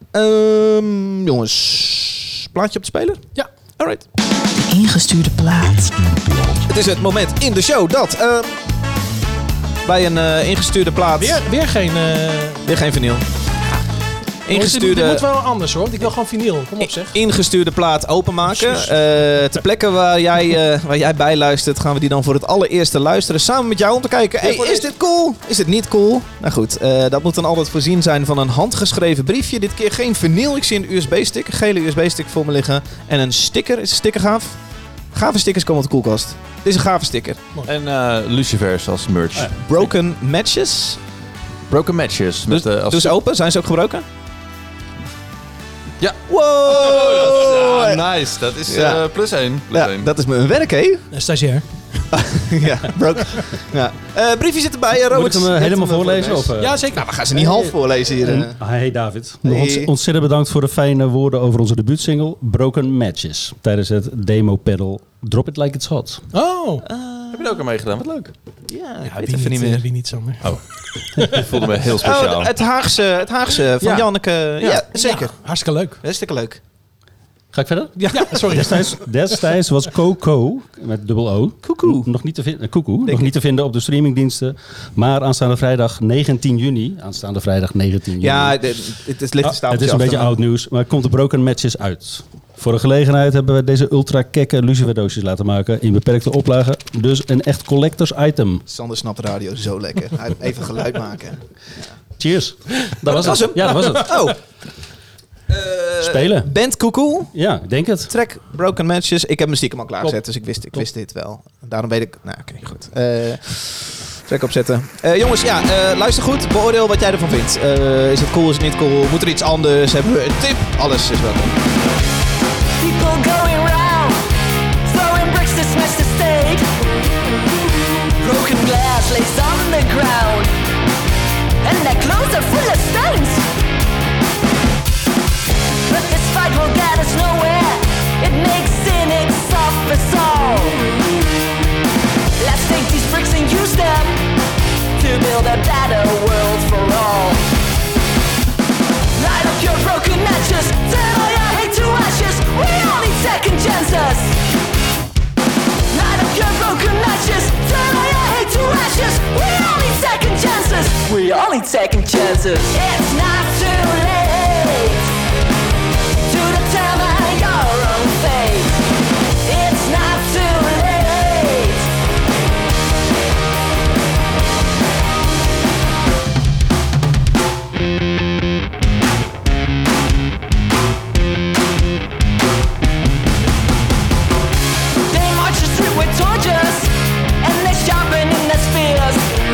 Jongens, plaatje op de speler? Ja. Alright. Ingestuurde plaat. Het is het moment in de show dat bij een ingestuurde plaat... Weer geen vinyl. Ingestuurde... Dit moet wel anders hoor, want ik wil gewoon vinyl. Kom op zeg. Ingestuurde plaat openmaken. Ter plekke waar jij bij luistert, gaan we die dan voor het allereerste luisteren. Samen met jou om te kijken, is dit cool? Is het niet cool? Nou goed, dat moet dan altijd voorzien zijn van een handgeschreven briefje. Dit keer geen vinyl. Ik zie een USB-stick, een gele USB-stick voor me liggen. En een sticker. Is de sticker gaaf? Gave stickers komen op de koelkast. Dit is een gave sticker. En lucifers als merch. Ja. Broken matches. Broken matches. Met, doe ze open? Zijn ze ook gebroken? Ja. Wow! Nice. Dat is plus 1. Dat is mijn werk, hè? Stagiair. Ja, broken. Ja. Briefje zit erbij. Moet ik hem helemaal voorlezen? Ja, zeker. Nou, we gaan ze niet half voorlezen hier. Hey David. Ontzettend bedankt voor de fijne woorden over onze debuutsingle Broken Matches. Tijdens het demo pedal Drop It Like It's Hot. Oh. Heb je er ook aan meegedaan? Wat leuk. Ja, ik weet even niet meer. Wie niet zo meer. Oh. Ik voelde me heel speciaal. Het Haagse van Janneke. Ja, zeker. Ja, hartstikke leuk. Hartstikke leuk. Ga ik verder? Ja, sorry. Destijds was Coco met dubbel O. Koekoe. Nog niet te vinden op de streamingdiensten. Maar aanstaande vrijdag 19 juni. Ja, het is licht stapeltje. Het is een beetje oud nieuws. Maar komt de Broken Matches uit. Voor de gelegenheid hebben we deze ultra kekke luciferdoosjes laten maken. In beperkte oplagen. Dus een echt collectors item. Sander snapt radio zo lekker. Even geluid maken. Ja. Cheers. Dat was het. Ja, dat was het. Oh. Spelen. Band Koekoe. Ja, ik denk het. Track Broken Matches. Ik heb mijn stiekem al klaargezet, dus ik wist dit wel. Daarom weet ik... Nou, oké, goed. Track opzetten. Jongens, luister goed. Beoordeel wat jij ervan vindt. Is het cool, is het niet cool? Moet er iets anders? Hebben we een tip? Alles is welkom. People going round, throwing bricks to smash the stage. Broken glass lays on the ground, and their clothes are full of stains. But this fight will get us nowhere. It makes cynics of us all. Let's take these bricks and use them to build a better world for all. Light up your broken matches, turn all your hate to ashes. We all need second chances. Light up your broken matches, turn all your hate to ashes. We all need second chances. We all need second chances. It's not too late to determine your own fate. It's not too late. They march the street with torches and they're sharpening their spears.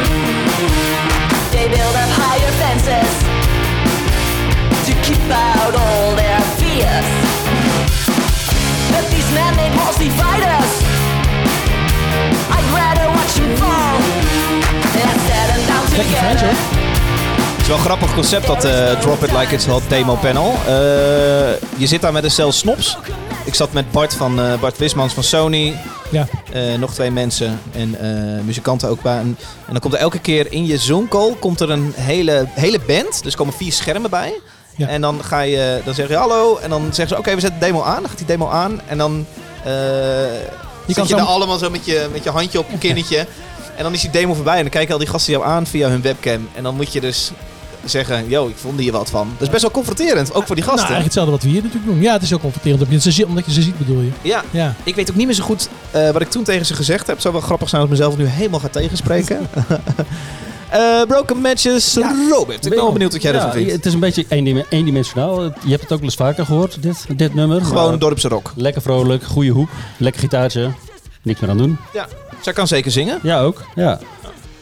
They build up higher fences to keep out all their fears. But these man-made walls divide us. I'd rather watch them fall. Let's set them down together. Het is wel een grappig concept, dat Drop It Like It's Hot demo panel. Je zit daar met een stel snops. Ik zat met Bart Wismans van Sony. Ja. Nog 2 mensen en muzikanten ook bij. En dan komt er elke keer in je Zoom call komt er een hele band. Dus er komen 4 schermen bij. Ja. En dan zeg je hallo. En dan zeggen ze oké, we zetten de demo aan. Dan gaat die demo aan. En dan zit je daar allemaal zo met je handje op je kinnetje. En dan is die demo voorbij. En dan kijken al die gasten jou aan via hun webcam. En dan moet je dus zeggen, yo, ik vond hier wat van. Dat is best wel confronterend, ook voor die gasten. Nou, eigenlijk hetzelfde wat we hier natuurlijk doen. Ja, het is ook confronterend, omdat je ze ziet, bedoel je. Ja. Ik weet ook niet meer zo goed wat ik toen tegen ze gezegd heb. Het zou wel grappig zijn als ik mezelf nu helemaal ga tegenspreken. Broken Matches, Robert. Ik ben wel benieuwd wat jij ervan vindt. Het is een beetje eendimensionaal. Je hebt het ook wel eens vaker gehoord, dit nummer. Gewoon een dorpse rock. Lekker vrolijk, goede hoek, lekker gitaartje. Niks meer aan doen. Ja, zij kan zeker zingen. Ja, ook. Ja.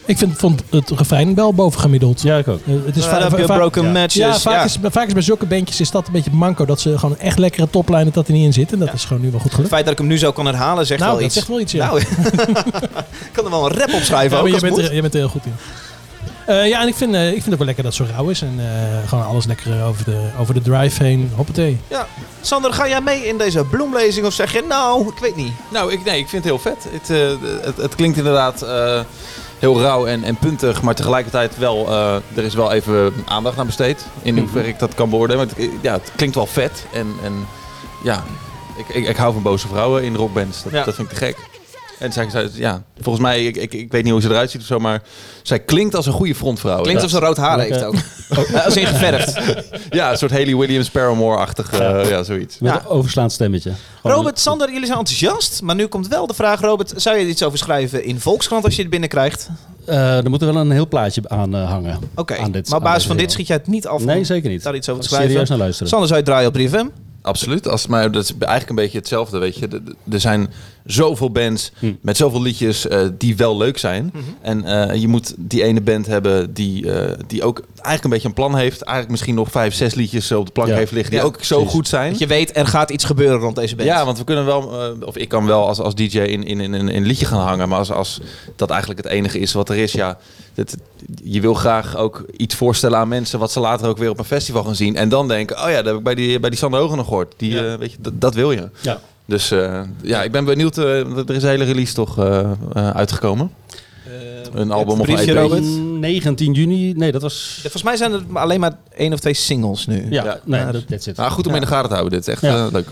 Ik vond het refrein wel bovengemiddeld. Ja, ik ook. Het is broken matches. Ja, vaak is bij zulke bandjes is dat een beetje manco. Dat ze gewoon echt lekkere toplijnen dat er niet in zitten. En dat is gewoon nu wel goed gelukt. Het feit dat ik hem nu zo kan herhalen zegt wel iets. Zegt wel iets, ja. Nou, ik kan er wel een rap opschrijven. Ja, maar je bent er heel goed in. En ik vind het ook wel lekker dat het zo rauw is. En gewoon alles lekker over de drive heen. Hoppatee. Ja. Sander, ga jij mee in deze bloemlezing? Of zeg je, nou, ik weet niet. Nou, ik vind het heel vet. Het klinkt inderdaad heel rauw en puntig. Maar tegelijkertijd wel, er is wel even aandacht aan besteed. In hoeverre ik dat kan beoordelen. Maar het klinkt wel vet. En ik hou van boze vrouwen in rockbands. Dat vind ik te gek. En volgens mij, ik weet niet hoe ze eruit ziet of zo, maar zij klinkt als een goede frontvrouw. Klinkt alsof ze rood haar heeft ook. Als ingeverfd. Ja, een soort Hayley Williams, Paramore-achtig, zoiets. Met een overslaand stemmetje. Robert, Sander, jullie zijn enthousiast. Maar nu komt wel de vraag, Robert, zou je er iets over schrijven in Volkskrant als je het binnenkrijgt? Er moet er wel een heel plaatje aan hangen. Oké, maar op basis van dit schiet jij het niet af? Nee, zeker niet. Daar iets over te schrijven? Serieus naar luisteren. Sander, zou je het draaien op 3FM? Absoluut. Maar dat is eigenlijk een beetje hetzelfde, weet je. Er zijn zoveel bands met zoveel liedjes die wel leuk zijn. En je moet die ene band hebben die ook eigenlijk een beetje een plan heeft. Eigenlijk misschien nog 5, 6 liedjes op de plank heeft liggen die ook zo goed zijn. Dat je weet, er gaat iets gebeuren rond deze band. Ja, want we kunnen wel, of ik kan wel als DJ in een liedje gaan hangen. Maar als dat eigenlijk het enige is wat er is, je wil graag ook iets voorstellen aan mensen wat ze later ook weer op een festival gaan zien. En dan denken, oh ja, dat heb ik bij die Sander Hogen nog gehoord. Weet je, dat wil je. Ja. Dus ik ben benieuwd. Er is een hele release toch uitgekomen. Een album of een EP. 19 juni. Nee, dat was... Volgens mij zijn er alleen maar 1 of 2 singles nu. Ja, that's it. Maar goed om in de gaten te houden. Dit is echt leuk.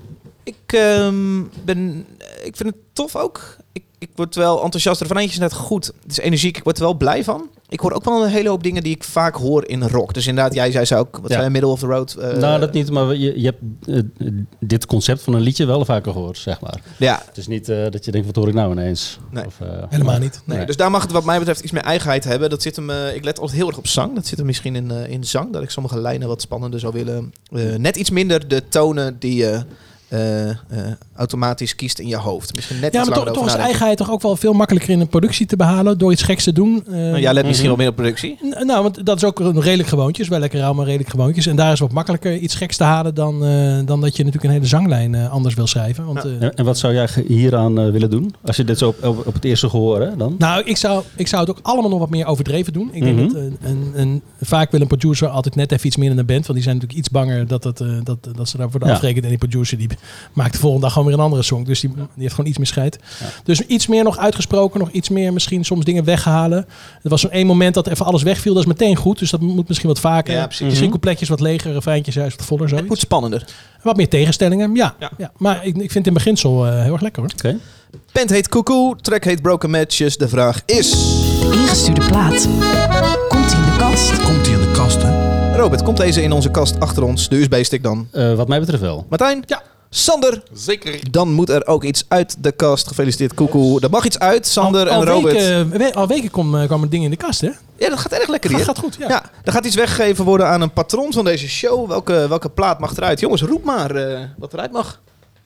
Ik vind het tof ook. Ik word wel enthousiast. De refreintje is net goed. Het is energiek. Ik word er wel blij van. Ik hoor ook wel een hele hoop dingen die ik vaak hoor in rock. Dus inderdaad, jij zei ze ook. Wat zei middle of the road? Nou, dat niet. Maar je hebt dit concept van een liedje wel vaker gehoord, zeg maar. Ja. Het is niet dat je denkt, wat hoor ik nou ineens? Nee. Of, helemaal niet. Nee. Dus daar mag het wat mij betreft iets meer eigenheid hebben. Dat zit hem, ik let altijd heel erg op zang. Dat zit hem misschien in zang. Dat ik sommige lijnen wat spannender zou willen. Net iets minder de tonen die je... automatisch kiest in je hoofd. Misschien net iets maar toch is eigenheid toch ook wel veel makkelijker in een productie te behalen door iets geks te doen. Jij let misschien wel meer op productie? Nou, want dat is ook redelijk gewoontjes. Wel lekker rauw, maar redelijk gewoontjes. En daar is wat makkelijker iets geks te halen dan dat je natuurlijk een hele zanglijn anders wil schrijven. Want, en wat zou jij hieraan willen doen? Als je dit zo op het eerste gehoor, hè, dan? Nou, ik zou het ook allemaal nog wat meer overdreven doen. Ik denk dat vaak wil een producer altijd net even iets meer in een band. Want die zijn natuurlijk iets banger dat ze daarvoor afrekenen. En die producer die maakt de volgende dag gewoon weer een andere song. Dus die heeft gewoon iets meer scheid. Ja. Dus iets meer nog uitgesproken. Nog iets meer misschien soms dingen weghalen. Er was zo'n één moment dat even alles wegviel. Dat is meteen goed. Dus dat moet misschien wat vaker. Ja, misschien coupletjes wat leger, refreintjes juist wat voller. Het moet spannender. Wat meer tegenstellingen. Ja. Maar ik vind het in beginsel heel erg lekker hoor. Okay. Band heet Cuckoo. Track heet Broken Matches. De vraag is... Ingestuurde plaat. Komt hij in de kast? Komt hij in de kast, hè? Robert, komt deze in onze kast achter ons? De USB-stick dan? Wat mij betreft wel. Martijn? Ja. Sander? Zeker. Dan moet er ook iets uit de kast. Gefeliciteerd, Cuckoo. Er mag iets uit, Sander en Robert. Al weken kwamen dingen in de kast, hè? Ja, dat gaat erg lekker hier. Dat gaat goed, ja. Er gaat iets weggegeven worden aan een patron van deze show. Welke plaat mag eruit? Jongens, roep maar wat eruit mag.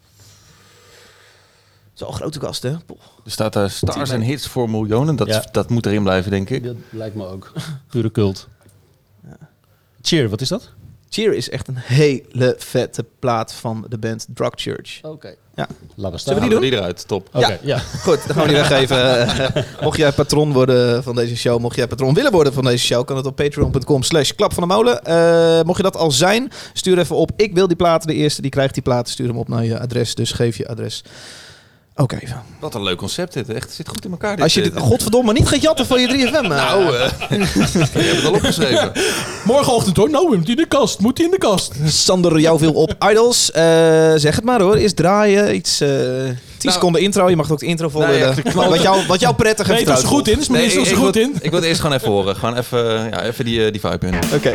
Zo'n grote kast, hè? Poh. Er staat daar stars en hits voor miljoenen. Dat moet erin blijven, denk ik. Dat lijkt me ook. Pure cult. Ja. Cheer, wat is dat? Cheer is echt een hele vette plaat van de band Drug Church. Oké. Ja. Laten we staan. Zullen we die eruit? Top. Okay, ja. Goed, dan gaan we die weggeven. Mocht jij patron worden van deze show, mocht jij patron willen worden van deze show, kan het op patreon.com/klap van de molen. Mocht je dat al zijn, stuur even op. Ik wil die platen. De eerste die krijgt die platen, stuur hem op naar je adres. Dus geef je adres. Oké. Wat een leuk concept dit. Echt, het zit goed in elkaar. Als je dit godverdomme niet gaat jatten van je 3FM. Je hebt het al opgeschreven. Morgenochtend hoor. Nou, moet hij in de kast. Sander, jou viel op Idols. Zeg het maar hoor. Eerst draaien. Iets 10 seconden intro. Je mag ook de intro volgen. Wat jou prettig en vertrouwd goed in. Ik wil het eerst gewoon even horen. Gewoon even die vibe in. Oké.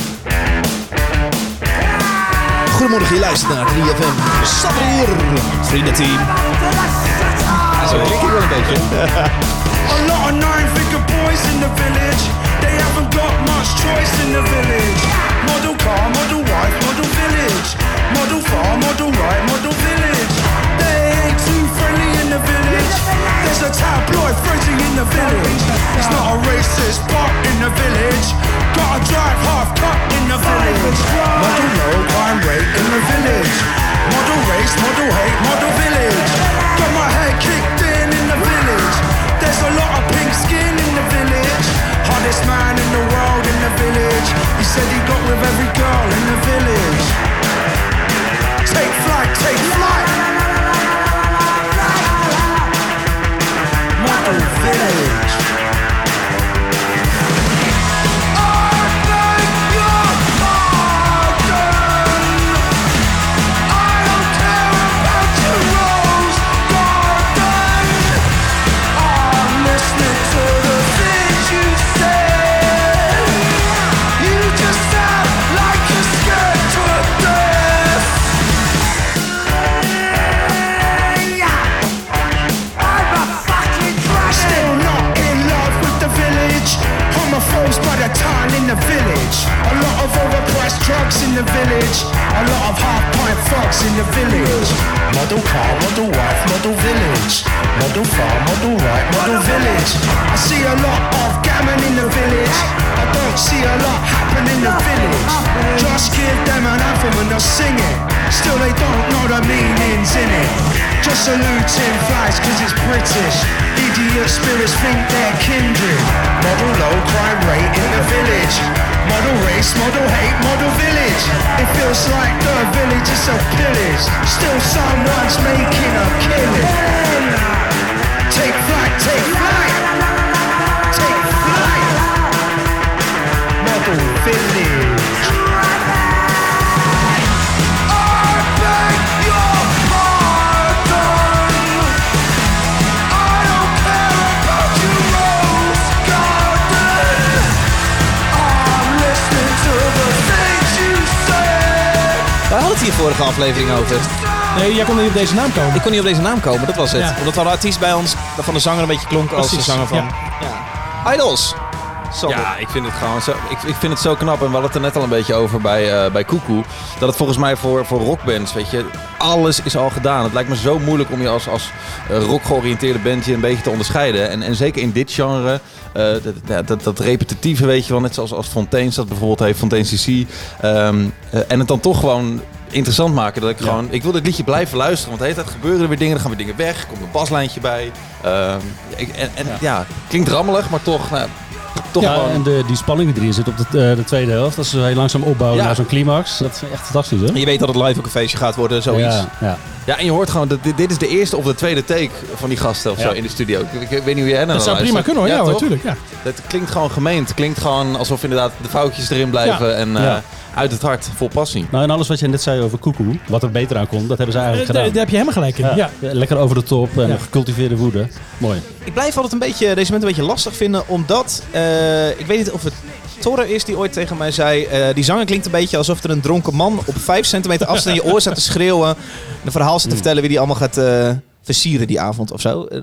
Goedemorgen, je luistert naar 3FM. Sander hier. Vriendenteam. Zo klinkt het wel een beetje. A lot of nine-figure boys in the village. They haven't got much choice in the village. Model car, model wife, model village. Model farm, model right, model village. They ain't too friendly in the village. There's a tabloid frenzy in the village. It's not a Lexus park in the village. Gotta drive half cut in the village. Model low, crime rate in the village. Model race, model hate, model village. Got my head kicked in the village. There's a lot of pink skin in the village. Hardest man in the world in the village. He said he got with every girl in the village. Take flight, take flight. Model village. Village. A lot of overpriced drugs in the village. A lot of half-pint thugs in the village. Model car, model wife, model village. Model farm, model right, model village. I see a lot of gammon in the village. I don't see a lot happen in the village. Just give them an anthem and they'll sing it. Still they don't know the meanings in it. Just saluting flies cause it's British. Idiot spirits think they're kindred. Model low crime rate in the village. Model race, model hate, model village. It feels like the village is a pillage. Still someone's making a killing. Take flight, take flight. Take flight. Model village. Waar hadden het hier vorige aflevering over? Nee, jij kon niet op deze naam komen. Ik kon niet op deze naam komen, dat was het. Ja. Omdat we een artiest bij ons, waarvan de zanger een beetje klonk als de zanger van Idols. Ja, ik vind het gewoon zo, ik vind het zo knap. En we hadden het er net al een beetje over bij Cuckoo. Dat het volgens mij voor rockbands, weet je, alles is al gedaan. Het lijkt me zo moeilijk om je als rock-georiënteerde bandje een beetje te onderscheiden. En zeker in dit genre, dat repetitieve, weet je wel, net zoals Fontaines dat bijvoorbeeld heeft, Fontaines CC. En het dan toch gewoon interessant maken. Dat ik gewoon, ik wil dit liedje blijven luisteren. Want de hele tijd gebeuren er weer dingen, dan gaan weer dingen weg. Er komt een baslijntje bij. Klinkt rammelig, maar toch... Toch ja, gewoon... en die spanning die erin zit op de tweede helft, dat ze heel langzaam opbouwen naar zo'n climax. Dat is echt fantastisch, hè? En je weet dat het live ook een feestje gaat worden, zoiets. Ja, en je hoort gewoon, dit is de eerste of de tweede take van die gasten of zo in de studio. Ik weet niet hoe jij dat zou prima kunnen, hoor. Ja, natuurlijk. Ja. Het klinkt gewoon gemeend. Het klinkt gewoon alsof inderdaad de foutjes erin blijven en uit het hart, vol passie. Nou, en alles wat je net zei over Cuckoo, wat er beter aan komt, dat hebben ze eigenlijk gedaan. Daar heb je helemaal gelijk in. Ja. Lekker over de top en gecultiveerde woede. Mooi. Ik blijf altijd deze moment een beetje lastig vinden, omdat ik weet niet of het Torre is die ooit tegen mij zei, die zanger klinkt een beetje alsof er een dronken man op 5 centimeter afstand in je oor staat te schreeuwen en een verhaal staat te vertellen wie die allemaal gaat versieren die avond of zo.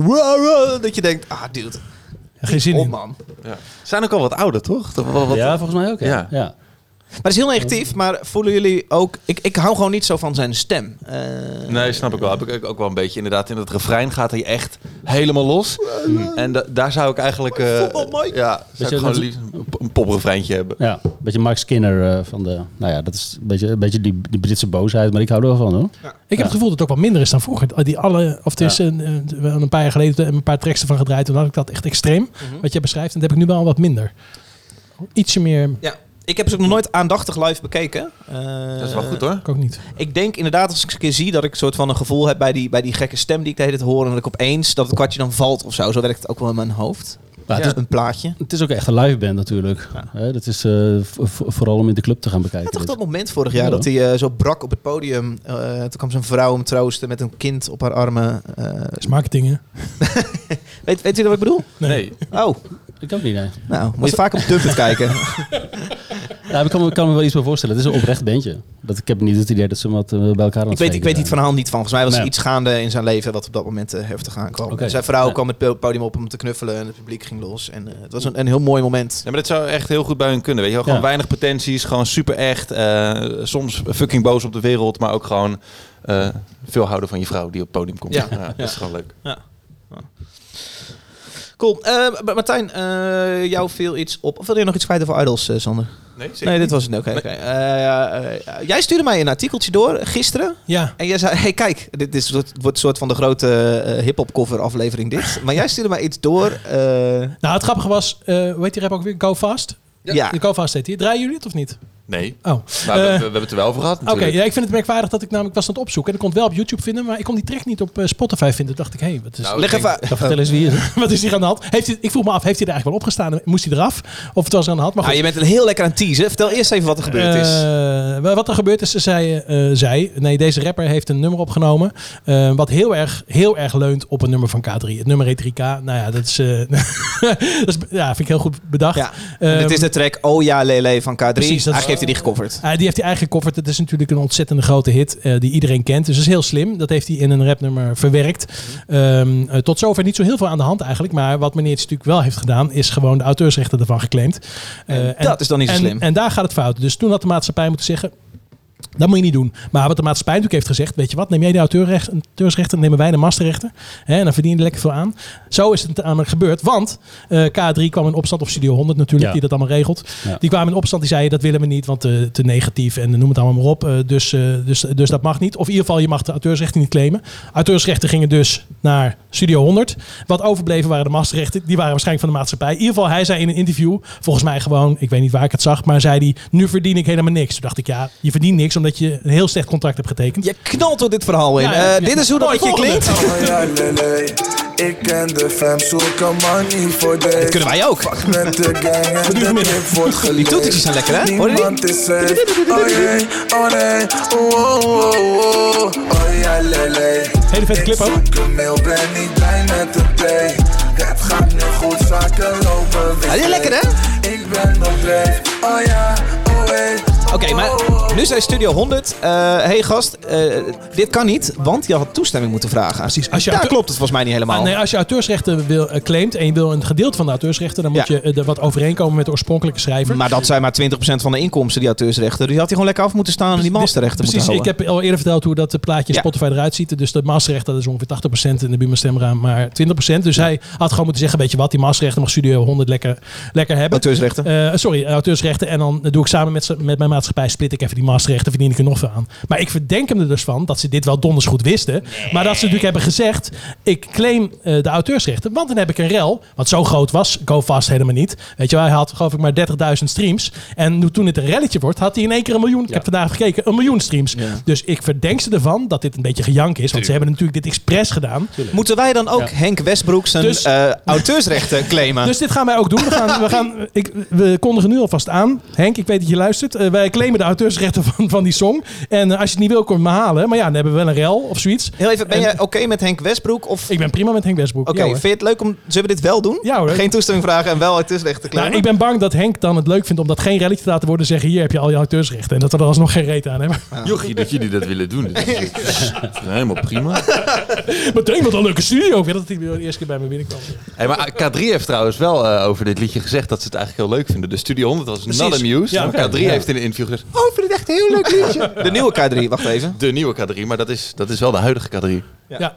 Dat je denkt, dude, geen zin in. Man. Ja. Zijn ook al wat ouder, toch? Ja, volgens mij ook. Ja. Maar het is heel negatief, maar voelen jullie ook... Ik hou gewoon niet zo van zijn stem. Nee, snap ik wel. Heb ik ook wel een beetje. Inderdaad, in het refrein gaat hij echt helemaal los. En daar zou ik eigenlijk... zou ik gewoon liefst een poprefreintje hebben. Ja, een beetje Mike Skinner van de... Nou ja, dat is een beetje die Britse boosheid, maar ik hou er wel van, hoor. Ja. Ik heb het gevoel dat het ook wat minder is dan vroeger. Het is een paar jaar geleden een paar tracks ervan gedraaid. Toen had ik dat echt extreem, wat je beschrijft. En dat heb ik nu wel wat minder. Ietsje meer... Ja. Ik heb ze ook nog nooit aandachtig live bekeken. Dat is wel goed, hoor. Ik ook niet. Ik denk inderdaad, als ik een keer zie, dat ik een soort van een gevoel heb bij die gekke stem die ik de hele tijd hoor. En dat ik opeens, dat het kwartje dan valt of zo. Zo werkt het ook wel in mijn hoofd. Het is een plaatje. Het is ook echt een live band natuurlijk. Ja. Dat is vooral om in de club te gaan bekijken. Ja, toch dat moment vorig jaar dat hij zo brak op het podium. Toen kwam zijn vrouw hem troosten met een kind op haar armen. Dat is marketing, hè? weet u wat ik bedoel? Nee. Oh. Ik ook niet, nee. Nou, moet je vaak op Dumpet kijken. Ja, ik kan me wel iets bij voorstellen. Het is een oprecht bandje. Ik heb niet het idee dat ze wat bij elkaar aan het Ik weet het verhaal niet van. Volgens mij was er iets gaande in zijn leven wat op dat moment heftig aankwam. Okay. Zijn vrouw kwam het podium op om te knuffelen en het publiek ging los. En het was een heel mooi moment. Ja, maar dat zou echt heel goed bij hun kunnen. Weet je wel? Gewoon weinig pretenties, gewoon super echt. Soms fucking boos op de wereld, maar ook gewoon veel houden van je vrouw die op het podium komt. Ja. Dat is gewoon leuk. Ja. Cool. Martijn, jou viel iets op. Of wil je nog iets kwijt over Idols, Sander? Nee, dit was het. Oké. Jij stuurde mij een artikeltje door gisteren. Ja. En jij zei, hey kijk, dit wordt een soort van de grote hip-hop cover aflevering dit. Maar jij stuurde mij iets door. Nou, het grappige was, hoe heet die rap ook weer? Go Fast? Ja. De Go Fast heet die. Draaien jullie het of niet? Nee. Oh. Maar we hebben het er wel over gehad. Oké, ja, ik vind het merkwaardig dat ik namelijk was aan het opzoeken. En ik kon het wel op YouTube vinden, maar ik kon die track niet op Spotify vinden. Toen dacht ik, wat is... Nou, leg even... vertel eens wie is het? Wat is hier aan de hand? Ik vroeg me af, heeft hij er eigenlijk wel opgestaan? Moest hij eraf? Of het was er aan de hand? Maar goed. je bent een heel lekker aan het teasen. Vertel eerst even wat er gebeurd is. Wat er gebeurd is, deze rapper heeft een nummer opgenomen. Wat heel erg leunt op een nummer van K3. Het nummer heet 3K. Nou ja, dat is, vind ik heel goed bedacht. Ja. Dit is de track Oh Ja Lele van K3. Precies, eigenlijk heeft hij die gecoverd. Die heeft hij eigenlijk gecoverd. Het is natuurlijk een ontzettende grote hit die iedereen kent. Dus dat is heel slim. Dat heeft hij in een rapnummer verwerkt. Tot zover niet zo heel veel aan de hand eigenlijk. Maar wat meneer het natuurlijk wel heeft gedaan, is gewoon de auteursrechten ervan geclaimd. Dat is dan niet zo slim. En daar gaat het fout. Dus toen had de maatschappij moeten zeggen, dat moet je niet doen. Maar wat de maatschappij natuurlijk heeft gezegd, weet je wat, neem jij de auteursrechten, nemen wij de masterrechten. En dan verdien je er lekker veel aan. Zo is het namelijk gebeurd. Want K3 kwam in opstand, of Studio 100 natuurlijk, die dat allemaal regelt. Ja. Die kwamen in opstand, die zeiden, dat willen we niet, want te negatief en noem het allemaal maar op. Dus dat mag niet. Of in ieder geval, je mag de auteursrechten niet claimen. Auteursrechten gingen dus naar Studio 100. Wat overbleven waren de masterrechten. Die waren waarschijnlijk van de maatschappij. In ieder geval, hij zei in een interview, volgens mij gewoon, ik weet niet waar ik het zag, maar zei hij, nu verdien ik helemaal niks. Toen dacht ik, ja, je verdient niks omdat je een heel slecht contract hebt getekend. Je knalt door dit verhaal in. Dit is hoe dat je klinkt. Oh ja, lele. Ik ken de fam, zoeken money voor deze. Dat kunnen wij ook. Fuck met de gang en de tip wordt gelezen. Die toetjes zijn lekker, hè? Hoor je Niemand is safe. Oh jee, oh nee. Oh ja, lele. Hele vette clip ook. Ik zoek een mail, ben niet blij met de play. Het gaat nu goed, zaken lopen. Ja, die is lekker, hè? Ik ben op dreef. Oh ja, oh hey. Oké, maar nu zei Studio 100, hey gast, dit kan niet, want je had toestemming moeten vragen. Precies. Daar klopt het volgens mij niet helemaal. Nee, als je auteursrechten claimt en je wil een gedeelte van de auteursrechten, dan moet je er wat overeenkomen met de oorspronkelijke schrijver. Maar dat zijn maar 20% van de inkomsten, die auteursrechten. Dus die had hij gewoon lekker af moeten staan en die masterrechten moeten houden. Precies, ik heb al eerder verteld hoe dat plaatje in Spotify eruit ziet. Dus de masterrechten, dat is ongeveer 80% in de Buma Stemra, maar 20%. Dus hij had gewoon moeten zeggen, weet je wat, die masterrechten mag Studio 100 lekker hebben. Auteursrechten. Auteursrechten. En dan doe ik samen met mijn maatschappij, split ik even die masterrechten, verdien ik er nog veel aan. Maar ik verdenk hem er dus van dat ze dit wel donders goed wisten. Nee. Maar dat ze natuurlijk hebben gezegd, ik claim de auteursrechten, want dan heb ik een rel. Want zo groot was Go Fast helemaal niet. Weet je wel, hij had geloof ik maar 30.000 streams. En toen het een relletje wordt, had hij in één keer 1 miljoen. Ik heb vandaag gekeken, 1 miljoen streams. Ja. Dus ik verdenk ze ervan dat dit een beetje gejank is. Want ze hebben natuurlijk dit expres gedaan. Tuurlijk. Moeten wij dan ook Henk Westbroek zijn auteursrechten claimen? Dus dit gaan wij ook doen. We kondigen nu alvast aan. Henk, ik weet dat je luistert. Wij claimen de auteursrechten van die song. En als je het niet wil, kom je me halen. Maar ja, dan hebben we wel een rel of zoiets. Heel even, ben je oké met Henk Westbroek? Of? Ik ben prima met Henk Westbroek. Oké, vind je het leuk om... Zullen we dit wel doen? Ja hoor. Geen toestemming vragen en wel auteursrechten claimen? Nou, ik ben bang dat Henk dan het leuk vindt om dat geen relletje te laten worden. Zeggen, hier heb je al je auteursrechten. En dat we er alsnog geen reet aan hebben. Ja. Jochie, dat jullie dat willen doen. Dat is helemaal prima. Meteen wat een leuke studio. Ik weet dat hij de eerste keer bij me binnenkwam. Hey, maar K3 heeft trouwens wel over dit liedje gezegd dat ze het eigenlijk heel leuk vinden. De Studio 100 was not amused. Ja, K3 heeft in een interview gezegd, ik vind het echt een heel leuk liedje. De nieuwe K3, wacht even. De nieuwe K3, maar dat is wel de huidige K3. Ja.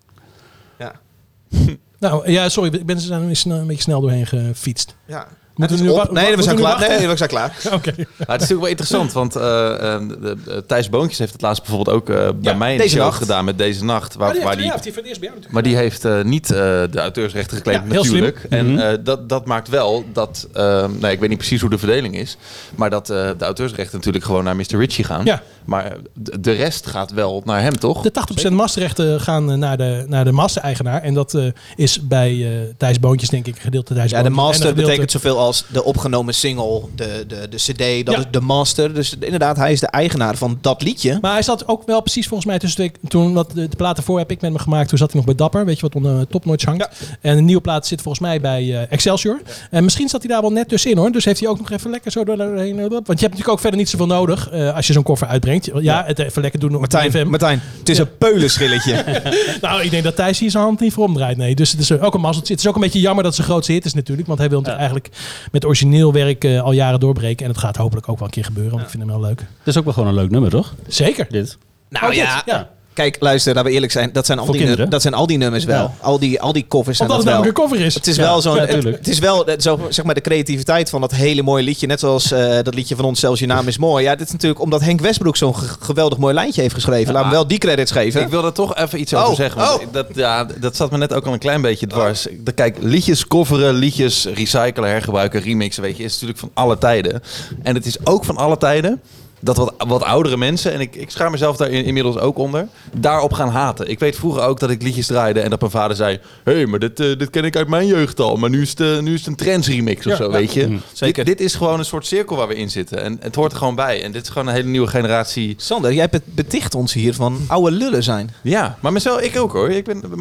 Nou, ja, sorry, ik ben er een beetje snel doorheen gefietst. Ja. We zijn klaar. Oké. Ja, het is natuurlijk wel interessant, want Thijs Boontjes heeft het laatst bijvoorbeeld ook bij mij in de show gedaan met Deze Nacht. Maar die heeft niet de auteursrechten geclaimd natuurlijk. En dat maakt wel dat, ik weet niet precies hoe de verdeling is, maar dat de auteursrechten natuurlijk gewoon naar Mr. Richie gaan. Ja. Maar de rest gaat wel naar hem, toch? De 80% masterrechten gaan naar de massa-eigenaar. En dat is bij Thijs Boontjes, denk ik, gedeelte Thijs Boontjes. Ja, de master betekent zoveel als de opgenomen single, de cd, dat is de master. Dus inderdaad, hij is de eigenaar van dat liedje. Maar hij zat ook wel precies volgens mij tussen toen de plaat ervoor heb ik met me gemaakt. Toen zat hij nog bij Dapper, weet je wat onder Top Notch hangt. Ja. En een nieuwe plaat zit volgens mij bij Excelsior. Ja. En misschien zat hij daar wel net tussenin hoor. Dus heeft hij ook nog even lekker zo doorheen. Want je hebt natuurlijk ook verder niet zoveel nodig als je zo'n koffer uitbrengt. Ja, het even lekker doen. Martijn, het is een peulenschilletje. Nou, ik denk dat Thijs hier zijn hand niet voor omdraait. Nee, dus het is ook een mazzeltje. Het is ook een beetje jammer dat ze grootste hit is natuurlijk. Want hij wil natuurlijk eigenlijk met origineel werk al jaren doorbreken. En het gaat hopelijk ook wel een keer gebeuren. Want ik vind hem heel leuk. Het is ook wel gewoon een leuk nummer, toch? Zeker. Dit. Nou ja. Kijk, luister, laten we eerlijk zijn. Dat zijn al die nummers wel. Ja. Al die covers zijn dat wel. Omdat het een cover is. Het is wel zo'n... Het is wel zo, zeg maar, de creativiteit van dat hele mooie liedje. Net zoals dat liedje van ons, Zelfs je naam is mooi. Ja, dit is natuurlijk omdat Henk Westbroek zo'n geweldig mooi lijntje heeft geschreven. Laat me wel die credits geven. Ik wil er toch even iets over zeggen. Dat zat me net ook al een klein beetje dwars. Kijk, liedjes coveren, liedjes recyclen, hergebruiken, remixen, weet je, is natuurlijk van alle tijden. En het is ook van alle tijden dat wat oudere mensen, en ik schaar mezelf daar inmiddels ook onder, daarop gaan haten. Ik weet vroeger ook dat ik liedjes draaide en dat mijn vader zei, hé, maar dit ken ik uit mijn jeugd al, maar nu is het een trends remix of zo, weet je. Zeker. Dit is gewoon een soort cirkel waar we in zitten en het hoort er gewoon bij. En dit is gewoon een hele nieuwe generatie. Sander, jij beticht ons hier van oude lullen zijn. Ja, maar mezelf, ik ook hoor.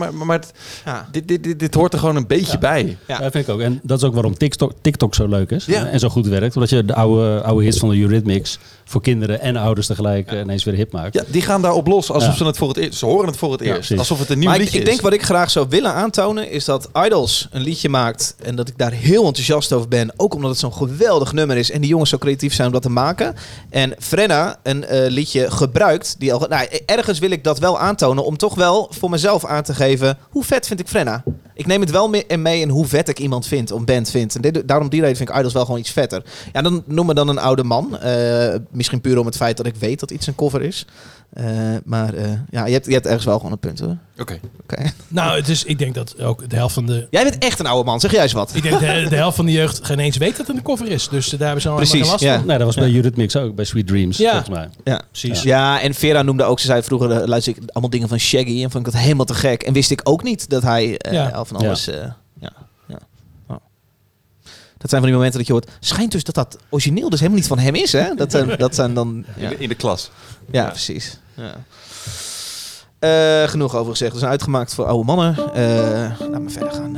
Dit hoort er gewoon een beetje bij. Ja, vind ik ook. En dat is ook waarom TikTok zo leuk is en zo goed werkt. Omdat je de oude hits van de Eurythmics voor kinderen en ouders tegelijk ineens weer hip maakt. Ja, die gaan daarop los alsof ze het voor het eerst... Ze horen het voor het eerst. Alsof het een nieuw liedje is. Ik denk wat ik graag zou willen aantonen is dat Idols een liedje maakt en dat ik daar heel enthousiast over ben. Ook omdat het zo'n geweldig nummer is en die jongens zo creatief zijn om dat te maken. En Frenna een liedje gebruikt. Ergens wil ik dat wel aantonen om toch wel voor mezelf aan te geven hoe vet vind ik Frenna. Ik neem het wel mee in hoe vet ik iemand vind, of band vind. En daarom die reden vind ik Idols wel gewoon iets vetter. Ja, dan noem me dan een oude man. Misschien puur om het feit dat ik weet dat iets een cover is. Maar je hebt ergens wel gewoon een punt, hoor. Oké. Nou, ik denk dat ook de helft van de... Jij bent echt een oude man, zeg jij eens wat. Ik denk de helft van de jeugd geen eens weet dat het een cover is. Dus daar hebben ze allemaal geen last van. Nee, dat was bij Eurythmics ook, bij Sweet Dreams, volgens mij. Ja, precies. Ja, en Vera noemde ook, ze zei vroeger, luister ik allemaal dingen van Shaggy en vond ik dat helemaal te gek. En wist ik ook niet dat hij al van alles... Dat zijn van die momenten dat je hoort... Schijnt dus dat origineel dus helemaal niet van hem is, hè? Dat zijn dan... Ja. In de klas. Ja, precies. Ja. Genoeg over gezegd. We zijn uitgemaakt voor oude mannen. Laten we verder gaan.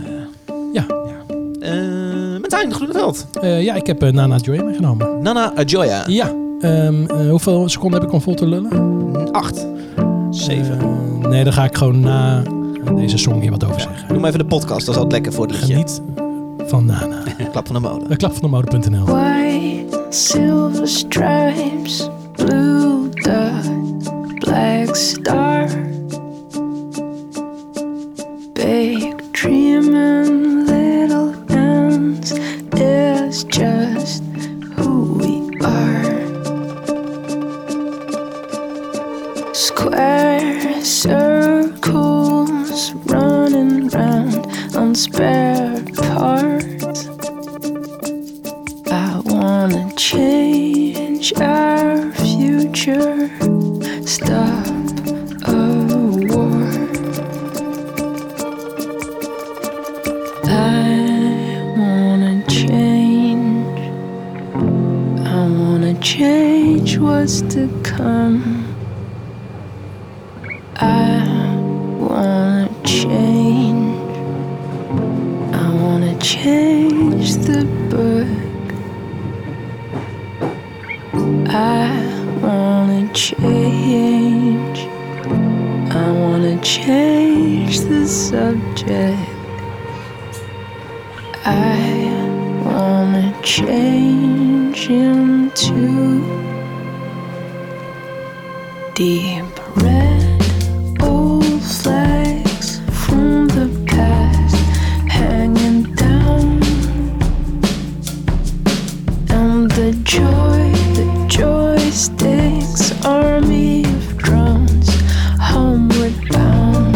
Martijn Groeneveld. Ik heb Nana Joya meegenomen. Nana Joya. Ja. Hoeveel seconden heb ik om vol te lullen? 8. 7. Nee, dan ga ik gewoon na deze song hier wat over zeggen. Noem maar even de podcast. Dat is altijd lekker voor het liedje. Geniet van Nana. Klap van de mode. Klapvandemode.nl. White, silver stripes, blue dot, black star. Big dreaming, little ends is just who we are. Square circles running round on spare parts. I wanna change our future, stop a war. I wanna change what's to come. I wanna change. I wanna change the book. I wanna change. I wanna change the subject. I wanna change into deep red old flags from the past hanging down, and the joysticks, army of drones, homeward bound.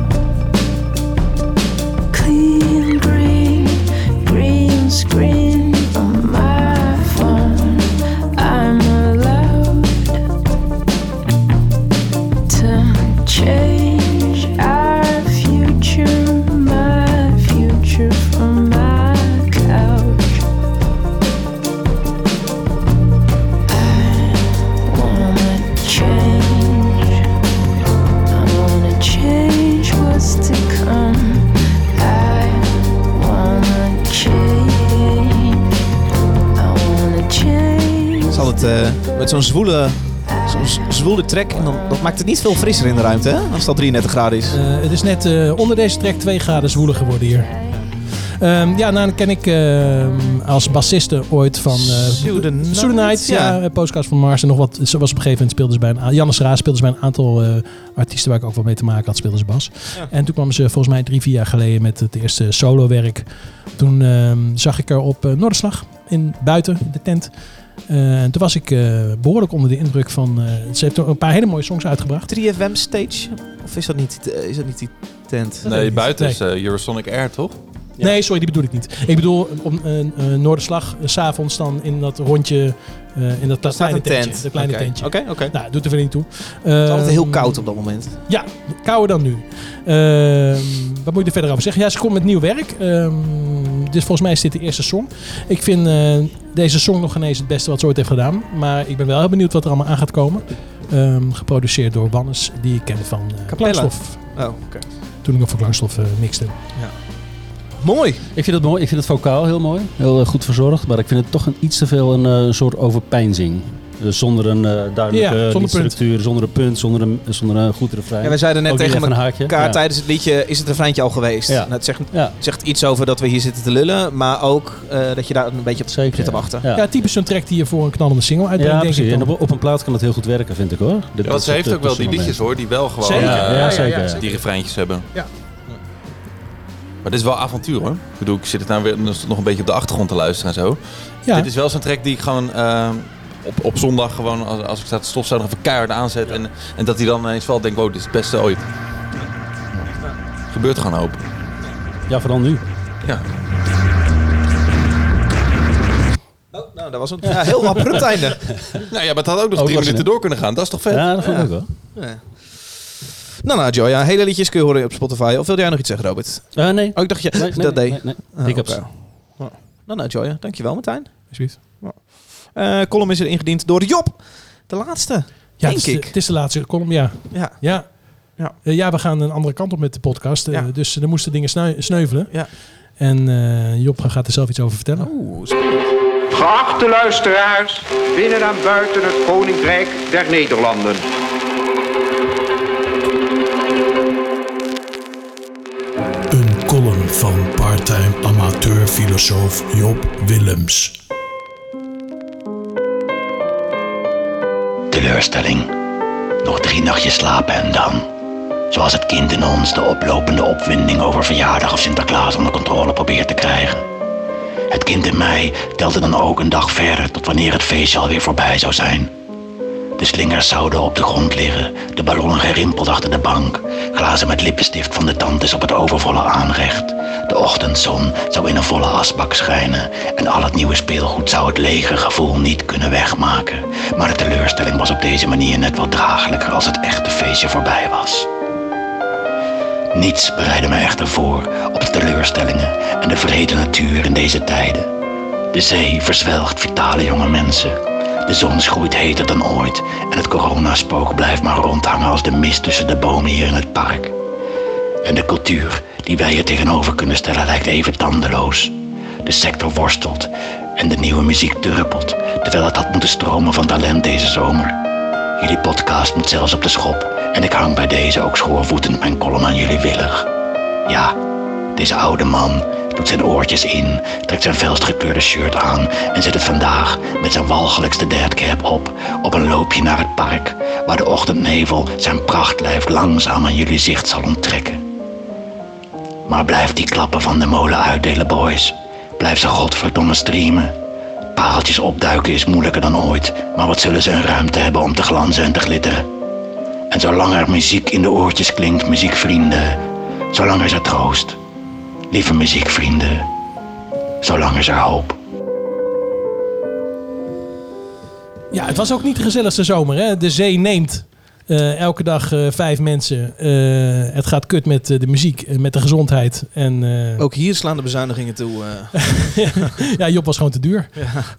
Clean green screen on my phone. I'm allowed to change our future, my future from my couch. I wanna change. I wanna change what's to come. I wanna change. I wanna change. Het is altijd met zo'n zwoele track. En dat maakt het niet veel frisser in de ruimte, hè? Als het al 33 graden is. Het is net onder deze track 2 graden zwoeler geworden hier. Dan ken ik als bassiste ooit van Pseudonite. Ja, Postcards van Mars en nog wat. Was op een gegeven moment speelden ze bij Jannes Raas speelden ze bij een aantal artiesten waar ik ook wel mee te maken had, speelden ze bas. Ja. En toen kwamen ze volgens mij 3-4 jaar geleden met het eerste solo-werk. Toen zag ik er op Noorderslag buiten in de tent. En toen was ik behoorlijk onder de indruk van... ze heeft een paar hele mooie songs uitgebracht. 3FM Stage? Of is dat niet die tent? Nee, buiten is Eurosonic Air, toch? Ja. Nee, sorry, die bedoel ik niet. Ik bedoel Noorderslag, 's avonds dan in dat rondje, in dat kleine tentje. Dat kleine tentje. Oké. Nou, doet er weer niet toe. Het is altijd heel koud op dat moment. Ja, kouder dan nu. Wat moet je er verder over zeggen? Ja, ze komt met nieuw werk. Dus volgens mij is dit de eerste song. Ik vind deze song nog ineens het beste wat ze ooit heeft gedaan. Maar ik ben wel heel benieuwd wat er allemaal aan gaat komen. Geproduceerd door Wannes, die ik ken van Klankstof. Oh, oké. Toen ik nog voor Klankstof mixte. Ja. Mooi. Ik vind het mooi. Ik vind het vocaal heel mooi. Heel goed verzorgd. Maar ik vind het toch iets te veel een soort overpeinzing. Zonder een duidelijke structuur, zonder een punt, zonder een goed refrein. Ja, wij zeiden net tegen elkaar tijdens het liedje, is het refreintje al geweest? Ja. Nou, het zegt iets over dat we hier zitten te lullen, maar ook dat je daar een beetje op zit te wachten. Ja, typisch zo'n track die je voor een knallende single uitbrengt, denk ik. En op een plaat kan het heel goed werken, vind ik hoor. Want ze heeft ook wel die liedjes hoor, die wel gewoon zeker. Die refreintjes hebben. Ja. Maar dit is wel avontuur hoor. Ik bedoel, ik zit het nou weer nog een beetje op de achtergrond te luisteren en zo. Ja. Dit is wel zo'n track die ik gewoon op zondag gewoon, als ik sta te stofzuigen, even keihard aanzet. Ja. En dat hij dan ineens valt, denk ik, wow, dit is het beste ooit. Gebeurt er gewoon een hoop. Ja, vooral nu. Ja. Oh, nou, dat was een heel abrupt einde. Nou ja, maar het had ook nog 3 minuten door kunnen gaan. Dat is toch vet? Ja, dat vond ik ook wel. Ja. Nou, Joy, hele liedjes kun je horen op Spotify. Of wilde jij nog iets zeggen, Robert? Nee. Oh, ik dacht je dat deed. Nee. Hiccups. Nou, Joy, dankjewel Martijn. Alsjeblieft. Column is er ingediend door Job. De laatste, denk ik. Het is de laatste column, ja. We gaan een andere kant op met de podcast. Dus er moesten dingen sneuvelen. Ja. En Job gaat er zelf iets over vertellen. Geachte luisteraars, binnen en buiten het Koninkrijk der Nederlanden. Een column van parttime amateurfilosoof Job Willems. Teleurstelling. Nog 3 nachtjes slapen en dan. Zoals het kind in ons de oplopende opwinding over verjaardag of Sinterklaas onder controle probeert te krijgen. Het kind in mij telde dan ook een dag verder tot wanneer het feestje alweer voorbij zou zijn. De slingers zouden op de grond liggen, de ballonnen gerimpeld achter de bank, glazen met lippenstift van de tantes op het overvolle aanrecht. De ochtendzon zou in een volle asbak schijnen en al het nieuwe speelgoed zou het lege gevoel niet kunnen wegmaken. Maar de teleurstelling was op deze manier net wat draaglijker als het echte feestje voorbij was. Niets bereidde me echter voor op de teleurstellingen en de wrede natuur in deze tijden. De zee verzwelgt vitale jonge mensen. De zon schroeit heter dan ooit en het coronaspook blijft maar rondhangen als de mist tussen de bomen hier in het park. En de cultuur die wij er tegenover kunnen stellen lijkt even tandeloos. De sector worstelt en de nieuwe muziek druppelt, terwijl het had moeten stromen van talent deze zomer. Jullie podcast moet zelfs op de schop en ik hang bij deze ook schoorvoetend mijn column aan jullie willig. Ja, deze oude man doet zijn oortjes in, trekt zijn felstrekleurde shirt aan en zet het vandaag met zijn walgelijkste deadcap op een loopje naar het park, waar de ochtendnevel zijn prachtlijf langzaam aan jullie zicht zal onttrekken. Maar blijf die klappen van de molen uitdelen, boys. Blijf ze godverdomme streamen. Paaltjes opduiken is moeilijker dan ooit, maar wat zullen ze een ruimte hebben om te glanzen en te glitteren. En zolang er muziek in de oortjes klinkt, muziekvrienden, zolang is er troost. Lieve muziekvrienden, zolang is er hoop. Ja, het was ook niet de gezelligste zomer, hè? De zee neemt elke dag 5 mensen. Het gaat kut met de muziek, met de gezondheid. En, ook hier slaan de bezuinigingen toe. Ja, Job was gewoon te duur.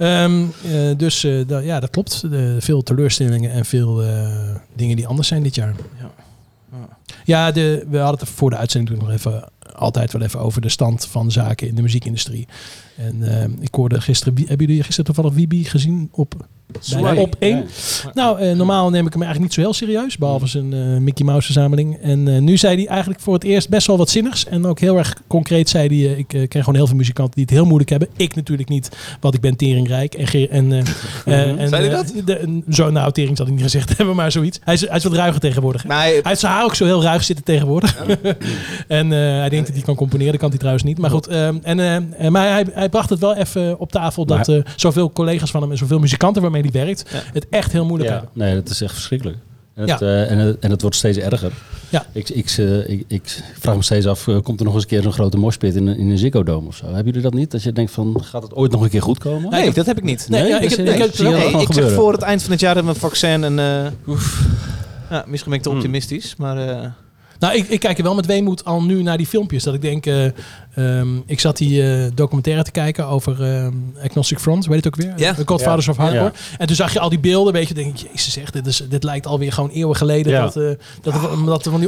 Ja. Dat klopt. Veel teleurstellingen en veel dingen die anders zijn dit jaar. Ja, we hadden het voor de uitzending nog even altijd wel even over de stand van zaken in de muziekindustrie. En ik hoorde gisteren, hebben jullie gisteren toevallig Wiebe gezien op op 1. Nou, normaal neem ik hem eigenlijk niet zo heel serieus. Behalve zijn Mickey Mouse verzameling. En nu zei hij eigenlijk voor het eerst best wel wat zinnigs. En ook heel erg concreet zei hij... ik ken gewoon heel veel muzikanten die het heel moeilijk hebben. Ik natuurlijk niet, want ik ben teringrijk. En zei hij dat? Tering zal ik niet gezegd hebben, maar zoiets. Hij is wat ruiger tegenwoordig. Hij heeft zijn haar ook zo heel ruig zitten tegenwoordig. Ja. En hij denkt dat hij kan componeren. Dat kan hij trouwens niet. Maar goed. Maar hij bracht het wel even op tafel dat zoveel collega's van hem en zoveel muzikanten waarmee hij werkt, het echt heel moeilijk hebben. Nee, dat is echt verschrikkelijk. En het wordt steeds erger. Ja. Ik vraag me steeds af, komt er nog eens een keer zo'n grote moshpit in een Ziggo Dome of zo? Hebben jullie dat niet? Dat je denkt van, gaat het ooit nog een keer goed komen? Nee, dat heb ik niet. Ik zeg voor het eind van het jaar hebben we een vaccin en misschien ben ik te optimistisch, maar... Nou, ik kijk er wel met weemoed al nu naar die filmpjes. Dat ik denk, ik zat die documentaire te kijken over Agnostic Front, weet je het ook weer? Ja. The Godfathers of Hardcore. Ja. En toen zag je al die beelden, weet je, denk ik, jezus zeg, dit lijkt alweer gewoon eeuwen geleden. Ja. Dat van die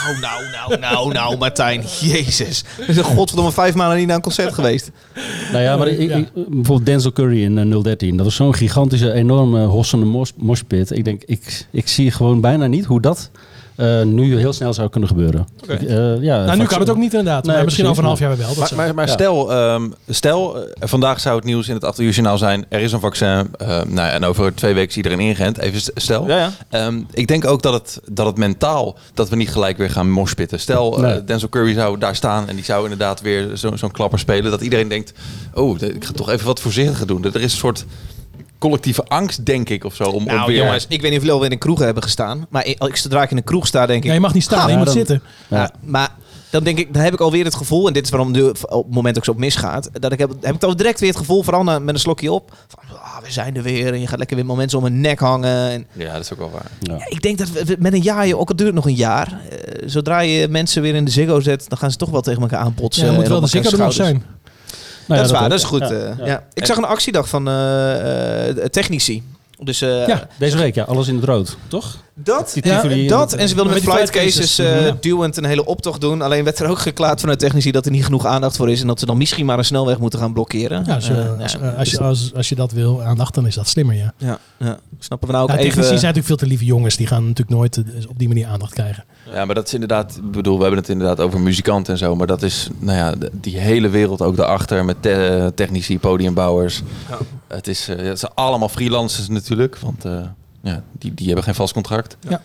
Nou, Martijn, jezus. We zijn godverdomme 5 maanden niet naar een concert geweest. Nou ja, maar bijvoorbeeld Denzel Curry in 013, dat was zo'n gigantische, enorme hossende moshpit. Ik denk, ik zie gewoon bijna niet hoe dat... nu heel snel zou kunnen gebeuren. Okay. Nu kan het ook niet inderdaad. Nee, maar misschien over een half jaar wel. Maar stel, vandaag zou het nieuws in het 8 uur journaal zijn. Er is een vaccin. En over 2 weken is iedereen ingeënt. Even stel. Ja. Ik denk ook dat het mentaal, dat we niet gelijk weer gaan moshpitten. Stel, Denzel Curry zou daar staan en die zou inderdaad weer zo'n klapper spelen. Dat iedereen denkt, ik ga toch even wat voorzichtiger doen. Er is een soort... collectieve angst, denk ik, of zo. Jongens, ik weet niet of jullie al in een kroeg hebben gestaan. Maar zodra ik in een kroeg sta, denk ik... Ja, je mag niet staan, je moet zitten. Ja. Maar dan denk ik, dan heb ik alweer het gevoel... en dit is waarom het op het moment ook zo misgaat... dat heb ik dan direct weer het gevoel, vooral met een slokje op... van, we zijn er weer en je gaat lekker weer mensen om een nek hangen. En, ja, dat is ook wel waar. Ja, ik denk dat we met een jaar, ook al duurt het nog een jaar... zodra je mensen weer in de Ziggo zet... dan gaan ze toch wel tegen elkaar aanbotsen. Ja, moet wel de Ziggo er nog zijn. Dat is waar, dat is goed. Ik zag een actiedag van technici. Dus, deze week, alles in het rood, toch? Dat en ze wilden met flight cases duwend een hele optocht doen. Alleen werd er ook geklaard vanuit technici dat er niet genoeg aandacht voor is... en dat ze dan misschien maar een snelweg moeten gaan blokkeren. Ja, als je dat wil, aandacht, dan is dat slimmer, ja. Snappen we nou ook even... Technici zijn natuurlijk veel te lieve jongens. Die gaan natuurlijk nooit op die manier aandacht krijgen. Ja, maar dat is inderdaad... Ik bedoel, we hebben het inderdaad over muzikanten en zo... maar dat is, die hele wereld ook daarachter... met technici, podiumbouwers. Ja. Het zijn allemaal freelancers natuurlijk... want die hebben geen vast contract. Ja.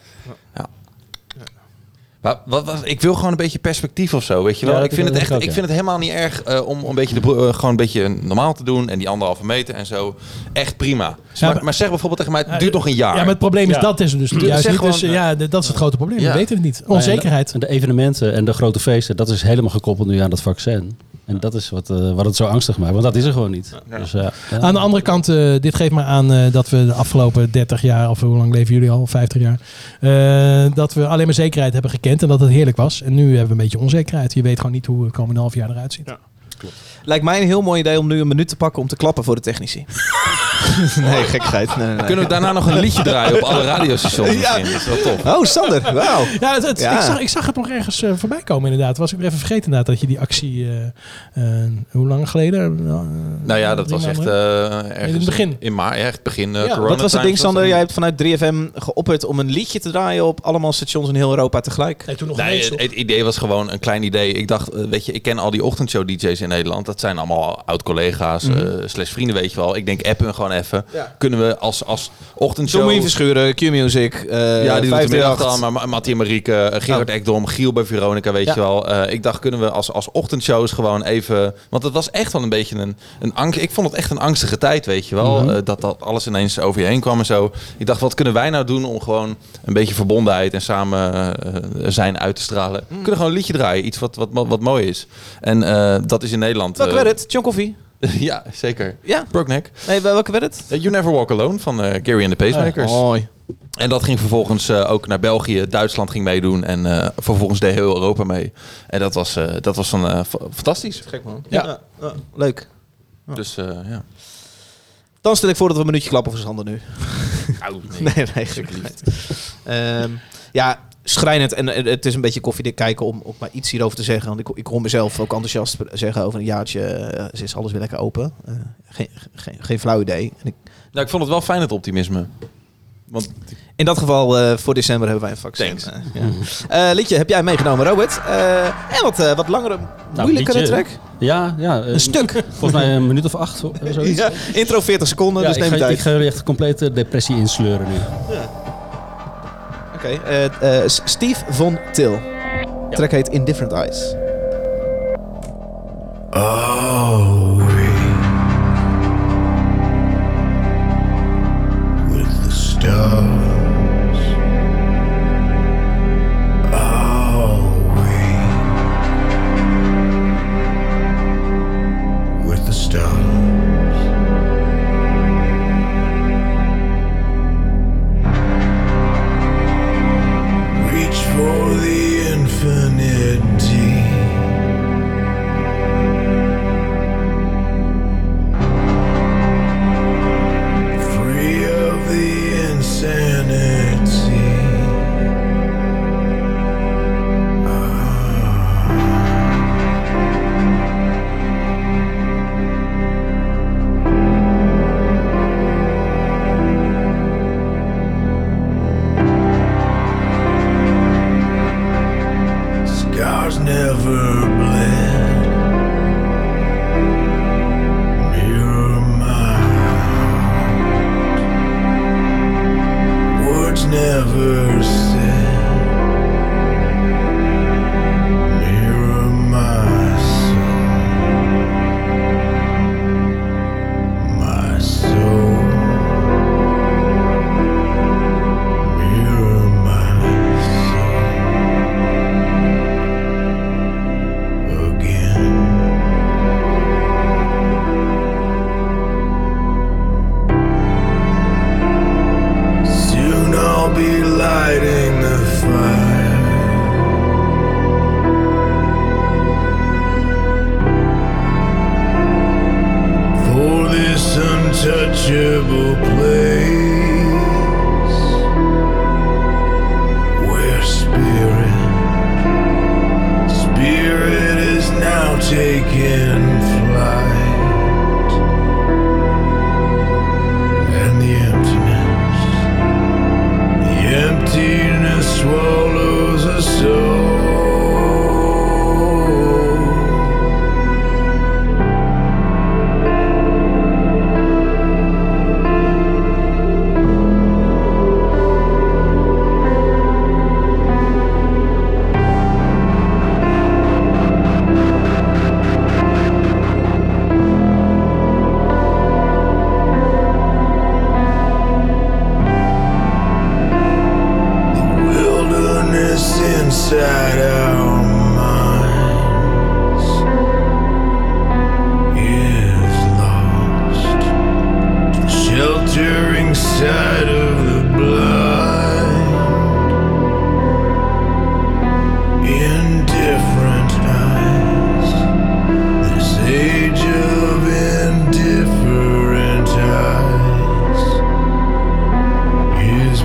Maar ik wil gewoon een beetje perspectief of zo, weet je wel. Ja, ik vind het helemaal niet erg om een beetje gewoon een beetje normaal te doen en die 1,5 meter en zo. Echt prima. Maar zeg bijvoorbeeld tegen mij, het duurt nog een jaar. Ja, maar het probleem is dat is dus juist niet. Dus, dat is het grote probleem. We weten het niet. Onzekerheid. En de evenementen en de grote feesten, dat is helemaal gekoppeld nu aan dat vaccin. En dat is wat het zo angstig maakt, want dat is er gewoon niet. Ja. Dus, aan de andere kant, dit geeft maar aan dat we de afgelopen 30 jaar, of hoe lang leven jullie al? 50 jaar. Dat we alleen maar zekerheid hebben gekend en dat het heerlijk was. En nu hebben we een beetje onzekerheid. Je weet gewoon niet hoe het komende half jaar eruit ziet. Ja. Klopt. Lijkt mij een heel mooi idee om nu een minuut te pakken om te klappen voor de technici. Nee, gekheid. Nee. Kunnen we daarna nog een liedje draaien op alle radiostations? Ja. Dat is wel tof. Oh, Sander. Wauw. Ja, ik zag het nog ergens voorbij komen inderdaad. Was ik weer even vergeten inderdaad dat je die actie... hoe lang geleden? Dat was echt ergens... In het begin. In maart, echt begin corona. Wat was het ding, Sander? Jij hebt vanuit 3FM geopperd om een liedje te draaien op allemaal stations in heel Europa tegelijk. Het idee was gewoon een klein idee. Ik dacht, weet je, ik ken al die ochtendshow-dj's in Nederland. Dat zijn allemaal oud-collega's, / vrienden, weet je wel. Ik denk, appen gewoon even. Ja. Kunnen we als ochtendshow... Domien Verschuren, Q-Music, die doet de dan, maar Mattie en Marieke, Gerard Ekdom, Giel bij Veronica, weet je wel. Ik dacht, kunnen we als ochtendshows gewoon even... Want het was echt wel een beetje een angst. Ik vond het echt een angstige tijd, weet je wel. Dat alles ineens over je heen kwam en zo. Ik dacht, wat kunnen wij nou doen om gewoon een beetje verbondenheid en samen zijn uit te stralen? We kunnen gewoon een liedje draaien, iets wat mooi is. En dat is in Nederland... Welke werd het? John Coffee? Ja, zeker. Ja. Brokeneck. Nee, welke werd het? You Never Walk Alone van Gary and the Pacemakers. Mooi. En dat ging vervolgens ook naar België. Duitsland ging meedoen. En vervolgens deed heel Europa mee. En dat was dan fantastisch. Gek man. Ja. Leuk. Ja. Dus ja. Dan stel ik voor dat we een minuutje klappen voor Sander nu. Nee, gekheid. Schrijnend. En het is een beetje koffiedik kijken om ook maar iets hierover te zeggen. Want ik hoor mezelf ook enthousiast zeggen over een jaartje. Is alles weer lekker open. Geen flauw idee. En Nou, ik vond het wel fijn, het optimisme. Want in dat geval, voor december hebben wij een vaccin. Liedje heb jij meegenomen, Robert. En wat langere, moeilijkere track. Ja. Een stuk. Volgens mij een minuut of 8. Zoiets. Ja, intro 40 seconden, dus neem je tijd. Ik ga jullie echt complete depressie insleuren nu. Ja. Oké, Steve Von Til. De track heet Indifferent Eyes. With the stars, away with the stars. Reach for the infinity. Scars never bled. Mirror my heart. Words never said. Mirror my soul. My soul. Mirror my soul. Again. Soon I'll be lighting the fire. For this untouchable place where spirit is now taking flight, and the emptiness swallows us all. Wilderness inside our minds is lost. The sheltering sight of the blind. Indifferent eyes. This age of indifferent eyes is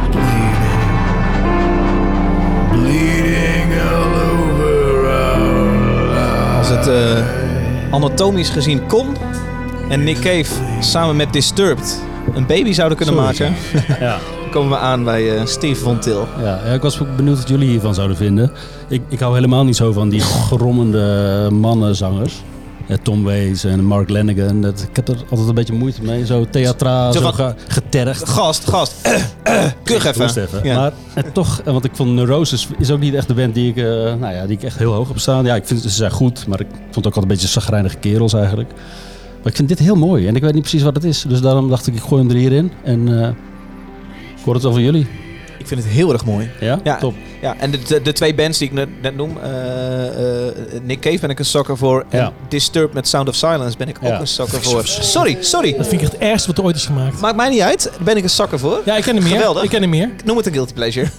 bleeding all over our lives. Als het anatomisch gezien kon en Nick Cave samen met Disturbed een baby zouden kunnen maken, Ja. dan komen we aan bij Steve Von Til. Ja, ik was ook benieuwd wat jullie hiervan zouden vinden. Ik hou helemaal niet zo van die grommende mannenzangers. Tom Waits en Mark Lanegan. Ik heb er altijd een beetje moeite mee. Zo theatraal, zo getergd. Gast. Kuch even. Ja. Maar toch, want ik vond Neurosis is ook niet echt de band die ik echt heel hoog heb staan. Ja, ik vind ze zijn goed, maar ik vond het ook altijd een beetje chagrijnige kerels eigenlijk. Maar ik vind dit heel mooi en ik weet niet precies wat het is. Dus daarom dacht ik gooi hem er hierin. En ik hoor het wel van jullie. Ik vind het heel erg mooi. Ja? Top. Ja, en de twee bands die ik net noem, Nick Cave ben ik een sucker voor. En Disturbed met Sound of Silence ben ik ook een sucker voor. Sorry. Dat vind ik het ergste wat er ooit is gemaakt. Maakt mij niet uit, daar ben ik een sucker voor. Ja, ik ken er meer. Geweldig. Ik ken er meer. Ik noem het een guilty pleasure.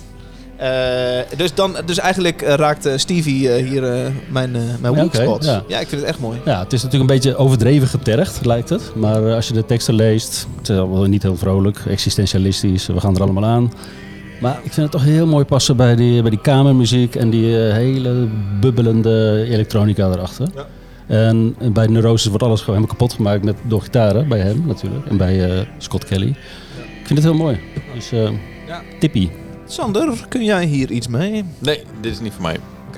Dus eigenlijk raakt Stevie hier mijn weak spot. Ja, ik vind het echt mooi. Ja, het is natuurlijk een beetje overdreven getergd, lijkt het. Maar als je de teksten leest, het is wel niet heel vrolijk, existentialistisch, we gaan er allemaal aan. Maar ik vind het toch heel mooi passen bij die kamermuziek en die hele bubbelende elektronica erachter. Ja. En bij Neurosis wordt alles gewoon helemaal kapot gemaakt door gitaren. Bij hem natuurlijk. En bij Scott Kelly. Ik vind het heel mooi. Dus tippie. Sander, kun jij hier iets mee? Nee, dit is niet voor mij.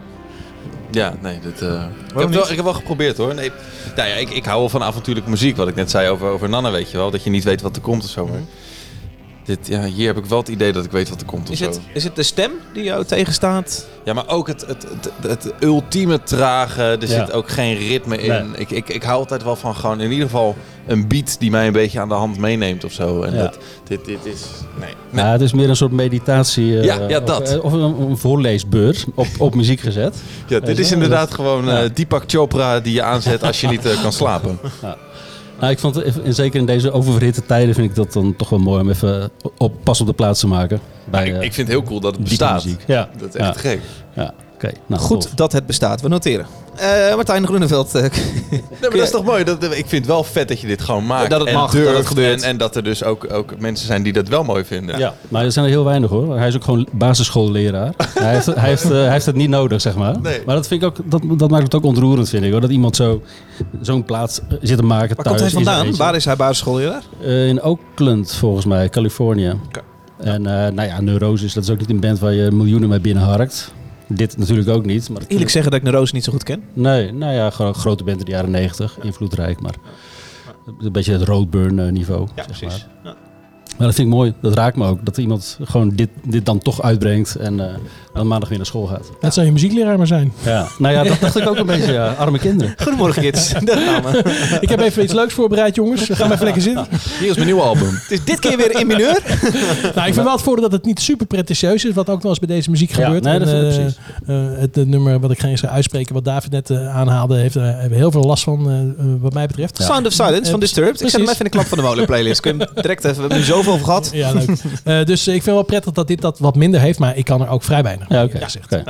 Ja, nee, ik heb wel geprobeerd hoor. Nee, nou ja, ik hou wel van avontuurlijke muziek. Wat ik net zei over Nanna, weet je wel. Dat je niet weet wat er komt of zo. Maar hier heb ik wel het idee dat ik weet wat er komt. Is het de stem die jou tegenstaat? Ja, maar ook het ultieme trage. Er zit ook geen ritme in. Nee. Ik hou altijd wel van gewoon in ieder geval een beat die mij een beetje aan de hand meeneemt of zo. En dit is... Nee. Ja, het is meer een soort meditatie. Dat. Of een voorleesbeurt op muziek gezet. Ja, dit is inderdaad gewoon Deepak Chopra die je aanzet als je niet kan slapen. Ja. Nou, ik vond zeker in deze oververhitte tijden vind ik dat dan toch wel mooi om even pas op de plaats te maken. Ik vind het heel cool dat het bestaat. Ja. Dat is echt gek. Ja. Okay, nou, goed tof. dat het bestaat. We noteren. Martijn Groeneveld. Nee, maar dat is toch mooi? Ik vind het wel vet dat je dit gewoon maakt. Dat het mag, durft, dat het gebeurt. En dat er dus ook mensen zijn die dat wel mooi vinden. Ja, maar er zijn er heel weinig hoor. Hij is ook gewoon basisschoolleraar. hij heeft het niet nodig, zeg maar. Nee. Maar dat vind ik ook, dat maakt het ook ontroerend, vind ik hoor. Dat iemand zo'n plaats zit te maken. Waar komt hij vandaan? Waar is hij basisschoolleraar? In Oakland, volgens mij, Californië. Okay. En Neurosis, dat is ook niet een band waar je miljoenen mee binnenharkt. Dit natuurlijk ook niet. Maar eerlijk zeggen dat ik Neurosis niet zo goed ken? Nee, nou ja, gewoon een grote band in de jaren 90. Invloedrijk, maar een beetje het Roadburn niveau. Ja, zeg precies. Maar. Ja. Maar dat vind ik mooi. Dat raakt me ook. Dat iemand gewoon dit dan toch uitbrengt en dan maandag weer naar school gaat. Dat zou je muziekleraar maar zijn. Ja, nou ja, dat dacht ik ook een beetje. Ja. Arme kinderen. Goedemorgen kids. Ik heb even iets leuks voorbereid jongens. Ga maar even lekker zitten. Hier is mijn nieuwe album. Het is dit keer weer in mineur. Nou, ik vind wel het voordeel dat het niet super pretentieus is. Wat ook wel eens bij deze muziek gebeurt. Nee, dat vind ik precies. Het nummer wat ik ga eens uitspreken. Wat David net aanhaalde. Heeft er heel veel last van wat mij betreft. Ja. Sound of Silence van Disturbed. Ik zet hem even in de klap van de molen playlist. Kun je hem direct even. We hebben nu zoveel over gehad. Ja, leuk. Dus ik vind wel prettig dat dit dat wat minder heeft. Maar ik kan er ook vrij weinig. Ja, oké.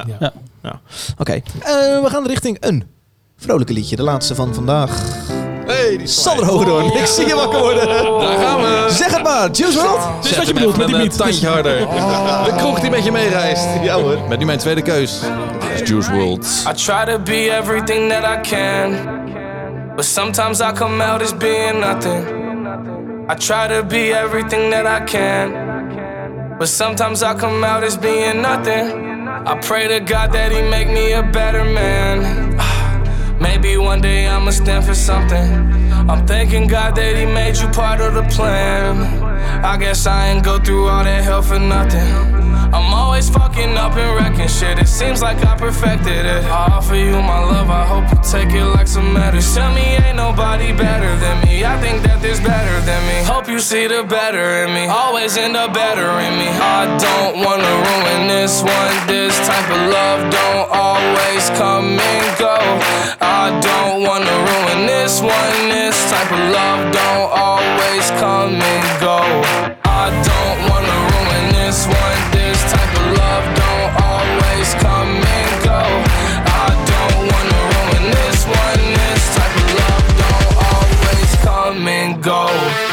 Oké. We gaan richting een vrolijke liedje. De laatste van vandaag. Hey, die Sander Hogedoorn. Ik zie je wakker worden. Daar gaan we. Zeg het maar. Juice WRLD. Dit is wat je bedoelt met die beat. Een tandje harder. De kroeg die met je meereist. Ja hoor. Met nu mijn tweede keus. Dit is Juice WRLD. I try to be everything that I can. But sometimes I come out as being nothing. I try to be everything that I can. But sometimes I come out as being nothing. I pray to God that he make me a better man. Maybe one day I'ma stand for something. I'm thanking God that he made you part of the plan. I guess I ain't go through all that hell for nothing. I'm always fucking up and wrecking shit. It seems like I perfected it. I offer you my love, I hope you take it like some medicine. Tell me ain't nobody better than me. I think that there's better than me. Hope you see the better in me. Always end up better in me. I don't wanna ruin this one. This type of love don't always come and go. I don't wanna ruin this one. This type of love don't always come and go. I don't wanna ruin this one. This type of love don't always come and go. I don't wanna ruin this one. This type of love don't always come and go.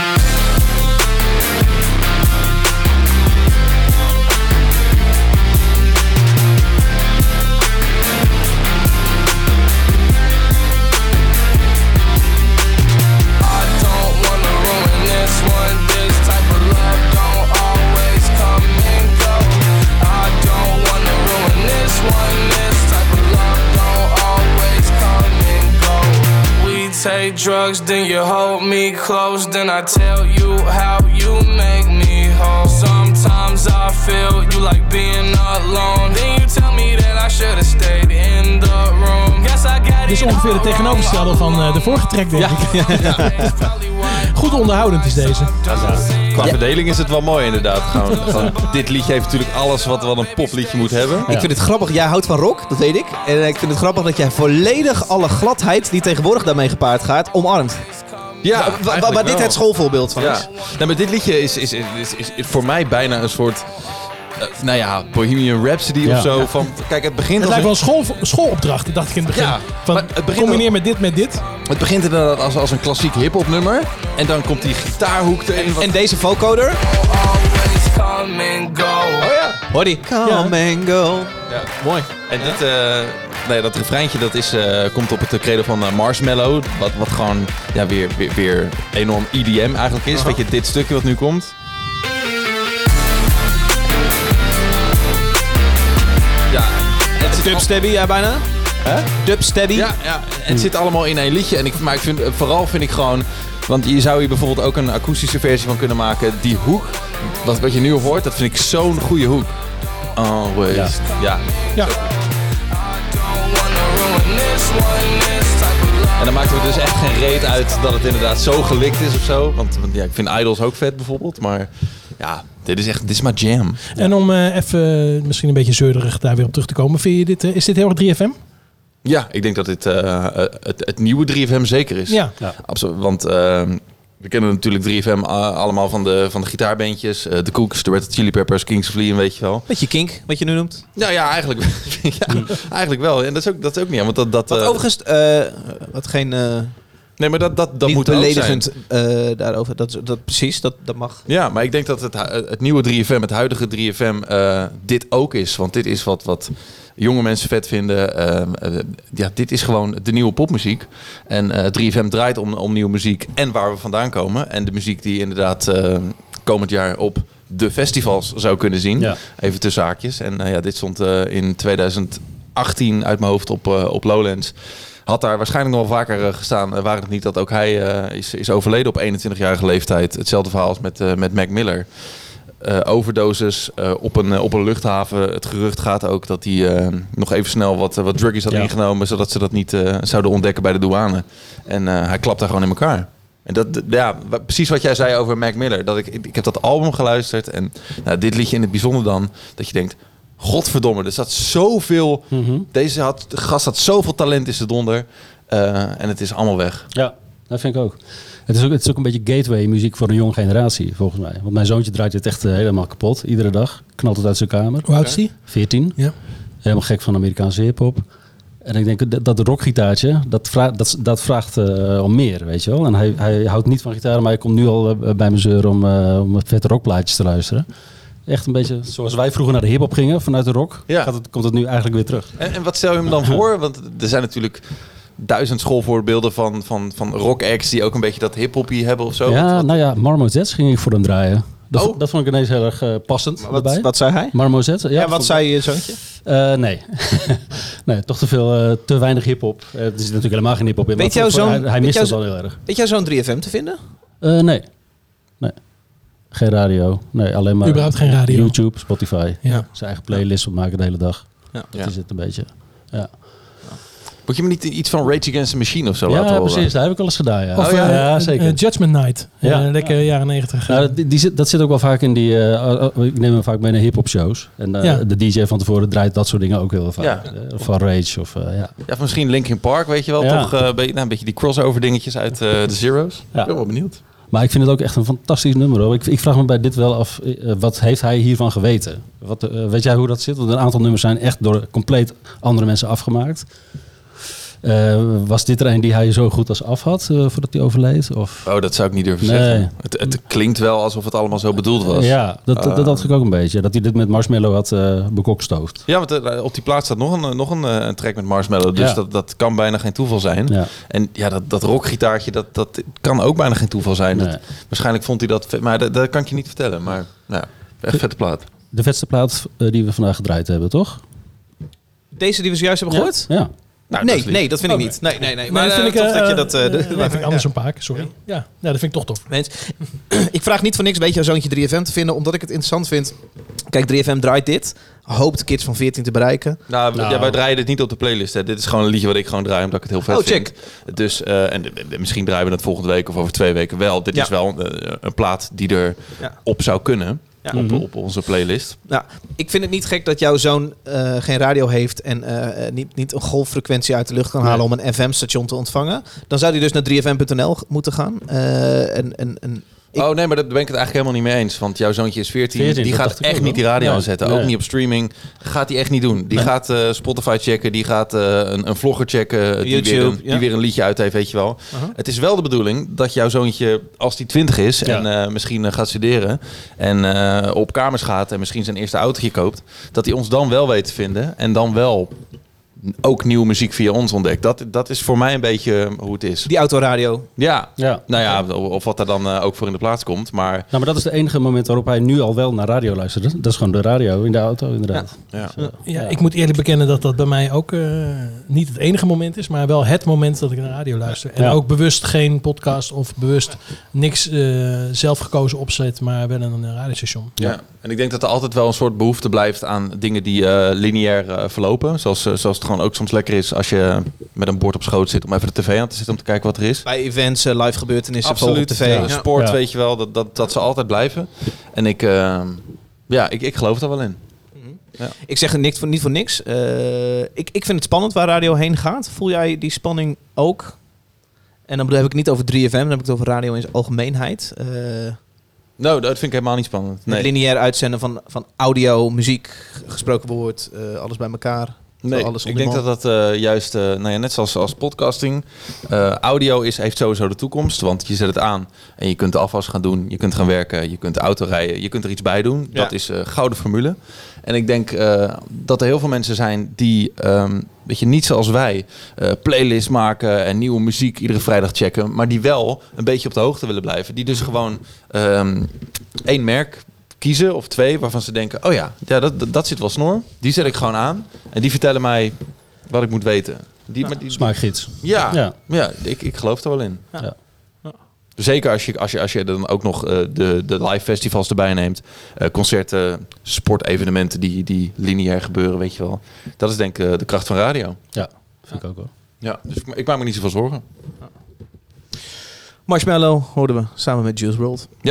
Take drugs, then you hold me close. Then I tell you how you make me whole. Sometimes I feel you like being alone. Then you tell me that I should have stayed in the room. Guess I got Dit is ongeveer het tegenovergestelde van de vorige track, denk ik. Goed onderhoudend is deze. Qua verdeling is het wel mooi inderdaad. Gewoon, dit liedje heeft natuurlijk alles wat wel een popliedje moet hebben. Ik vind het grappig. Jij houdt van rock, dat weet ik. En ik vind het grappig dat jij volledig alle gladheid die tegenwoordig daarmee gepaard gaat, omarmt. Ja, waar dit het schoolvoorbeeld van is. Nou, maar dit liedje is voor mij bijna een soort... Bohemian Rhapsody of zo. Van, kijk, het begint het lijkt wel een schoolopdracht, dacht ik in het begin. Ja, van, combineer met dit met dit. Het begint inderdaad als een klassiek hip-hop nummer. En dan komt die gitaarhoek erin. En deze vocoder. Come and go. Oh ja. Hoor die? Come and go. Ja, mooi. En dit... Nee, dat refreintje dat is, komt op het credo van Marshmello. Wat gewoon weer enorm EDM eigenlijk is. Weet je, dit stukje wat nu komt. Ja, Dubstabby, bijna. Dubstabby. Ja, het zit allemaal in één liedje. Maar vind ik gewoon... Want je zou hier bijvoorbeeld ook een akoestische versie van kunnen maken. Die hoek, wat je nu hoort, dat vind ik zo'n goede hoek. Always. Ja. En dan maakt het dus echt geen reet uit dat het inderdaad zo gelikt is of zo. Want ik vind Idols ook vet bijvoorbeeld. Maar ja, dit is maar jam. En om even misschien een beetje zeurderig daar weer op terug te komen. Vind je dit, is dit heel erg 3FM? Ja, ik denk dat dit het nieuwe 3FM zeker is. Ja. Absoluut. Want we kennen natuurlijk 3FM allemaal van de gitaarbandjes. The Cooks, The Red Hot Chili Peppers, Kings of Leon, weet je wel. Beetje kink, wat je nu noemt. Ja, eigenlijk, eigenlijk wel. En dat is ook niet aan. Want dat wat overigens, wat geen... nee, maar dat niet moet beledigend daarover. Dat precies, dat mag. Ja, maar ik denk dat het nieuwe 3FM, het huidige 3FM, dit ook is. Want dit is wat jonge mensen vet vinden. Dit is gewoon de nieuwe popmuziek. En 3FM draait om nieuwe muziek en waar we vandaan komen. En de muziek die inderdaad komend jaar op de festivals zou kunnen zien. Ja. Even tussen haakjes. En dit stond in 2018 uit mijn hoofd op Lowlands. Had daar waarschijnlijk nog wel vaker gestaan. Waar het niet dat ook hij is overleden op 21-jarige leeftijd. Hetzelfde verhaal als met Mac Miller. Overdoses op een luchthaven. Het gerucht gaat ook dat hij nog even snel wat druggies had ingenomen, zodat ze dat niet zouden ontdekken bij de douane. En hij klapt daar gewoon in elkaar. En precies wat jij zei over Mac Miller. Ik heb dat album geluisterd en dit liedje in het bijzonder dan, dat je denkt, godverdomme, er zat zoveel. Deze gast had zoveel talent in zijn donder. En het is allemaal weg. Ja, dat vind ik ook. Het is ook een beetje gateway muziek voor een jonge generatie, volgens mij. Want mijn zoontje draait dit echt helemaal kapot. Iedere dag knalt het uit zijn kamer. Hoe oud is die? 14. Ja. Helemaal gek van Amerikaanse hiphop. En ik denk dat rockgitaartje, dat vraagt om meer, weet je wel. En hij houdt niet van gitaar, maar hij komt nu al bij me zeuren om vette rockplaatjes te luisteren. Echt een beetje zoals wij vroeger naar de hiphop gingen vanuit de rock. Ja. Komt het nu eigenlijk weer terug. En wat stel je hem dan voor? Want er zijn natuurlijk 1000 schoolvoorbeelden van rock acts die ook een beetje dat hip-hoppie hebben of zo. Ja, Marmozets ging ik voor hem draaien. Dat vond ik ineens heel erg passend. Wat zei hij? Marmozets. Ja, wat zei je zoontje? Nee. Nee, toch te weinig hip-hop. Er zit natuurlijk helemaal geen hip-hop in. Hij mist het al heel erg. Weet jij zo'n 3FM te vinden? Nee. Geen radio. Nee, alleen maar überhaupt geen radio. YouTube, Spotify. Ja. Zijn eigen playlist opmaken de hele dag. Ja. Dat is het een beetje. Ja. Moet je me niet iets van Rage Against the Machine of zo laten horen? Ja, precies. Dat heb ik al eens gedaan. Ja. Of zeker. Judgment Night. Lekker jaren 90. Dat zit ook wel vaak in die... ik neem hem vaak mee naar hip-hop shows. En de DJ van tevoren draait dat soort dingen ook heel vaak. Ja. Van Rage of... Ja, misschien Linkin Park, weet je wel. Ja. Toch een beetje die crossover dingetjes uit de Zero's. Ja. Ik ben wel benieuwd. Maar ik vind het ook echt een fantastisch nummer, hoor. Ik vraag me bij dit wel af, wat heeft hij hiervan geweten? Weet jij hoe dat zit? Want een aantal nummers zijn echt door compleet andere mensen afgemaakt. Was dit er een die hij zo goed als af had voordat hij overleed? Of? Oh, dat zou ik niet durven zeggen. Het klinkt wel alsof het allemaal zo bedoeld was. Ja, dat dacht ik ook een beetje. Dat hij dit met Marshmello had bekokstoofd. Ja, want op die plaats staat nog een track met Marshmello. Dus dat kan bijna geen toeval zijn. Ja. En ja, dat rockgitaartje, dat kan ook bijna geen toeval zijn. Nee. Waarschijnlijk vond hij dat... Maar dat kan ik je niet vertellen. Maar echt vette plaat. De vetste plaat die we vandaag gedraaid hebben, toch? Deze die we zojuist hebben gehoord? Ja. Nou, nee, dat vind ik niet. Nee. Maar dat vind ik dat je dat... dat vind ik anders een paak, sorry. Ja, dat vind ik toch tof. Ik vraag niet voor niks een beetje jouw zoontje 3FM te vinden, omdat ik het interessant vind. Kijk, 3FM draait dit. Hoopt kids van 14 te bereiken. Wij draaien dit niet op de playlist. Hè. Dit is gewoon een liedje wat ik gewoon draai, omdat ik het heel vet vind. Dus, en misschien draaien we het volgende week of over 2 weken wel. Dit is wel een plaat die er op zou kunnen. Ja. Op onze playlist. Nou, ik vind het niet gek dat jouw zoon geen radio heeft en niet een golffrequentie uit de lucht kan halen om een FM-station te ontvangen. Dan zou hij dus naar 3fm.nl moeten gaan. Nee, maar daar ben ik het eigenlijk helemaal niet mee eens. Want jouw zoontje is 14. Die gaat echt niet die radio aanzetten. Ook niet op streaming. Gaat hij echt niet doen. Die gaat Spotify checken. Die gaat een vlogger checken. Die weer een liedje uit heeft, weet je wel. Het is wel de bedoeling dat jouw zoontje, als hij 20 is en misschien gaat studeren en op kamers gaat en misschien zijn eerste autootje koopt, dat hij ons dan wel weet te vinden en dan wel ook nieuwe muziek via ons ontdekt. Dat is voor mij een beetje hoe het is. Die autoradio. Ja. Nou ja, of wat er dan ook voor in de plaats komt. Maar dat is de enige moment waarop hij nu al wel naar radio luistert. Dat is gewoon de radio in de auto, inderdaad. Ja, ik moet eerlijk bekennen dat bij mij ook niet het enige moment is, maar wel het moment dat ik naar radio luister. En ook bewust geen podcast of bewust niks zelf gekozen opzet, maar wel een radiostation. Ja, en ik denk dat er altijd wel een soort behoefte blijft aan dingen die lineair verlopen. Zoals het gewoon ook soms lekker is als je met een bord op schoot zit om even de tv aan te zitten om te kijken wat er is. Bij events, live gebeurtenissen, absoluut. Op tv. Sport, weet je wel, dat zal altijd blijven. En ik geloof daar wel in. Ja. Ik zeg niet voor niks. Ik vind het spannend waar radio heen gaat. Voel jij die spanning ook? En dan heb ik het niet over 3FM, dan heb ik het over radio in zijn algemeenheid. Nou, dat vind ik helemaal niet spannend. Nee. Lineair uitzenden van audio, muziek, gesproken woord, alles bij elkaar. Nee, ik denk dat juist, net zoals als podcasting, audio heeft sowieso de toekomst. Want je zet het aan en je kunt de afwas gaan doen, je kunt gaan werken, je kunt de auto rijden, je kunt er iets bij doen. Ja. Dat is gouden formule. En ik denk dat er heel veel mensen zijn die, niet zoals wij, playlists maken en nieuwe muziek iedere vrijdag checken. Maar die wel een beetje op de hoogte willen blijven. Die dus gewoon 1 merk kiezen of 2 waarvan ze denken, dat zit wel snor. Die zet ik gewoon aan en die vertellen mij wat ik moet weten. Smaakgids. Ja. Ik geloof er wel in. Ja. Zeker als je dan ook nog de live festivals erbij neemt. Concerten, sportevenementen die lineair gebeuren, weet je wel. Dat is denk ik de kracht van radio. Ja, vind ik ook wel. Ja, dus ik maak me niet zoveel zorgen. Marshmallow hoorden we samen met Juice WRLD. Ja.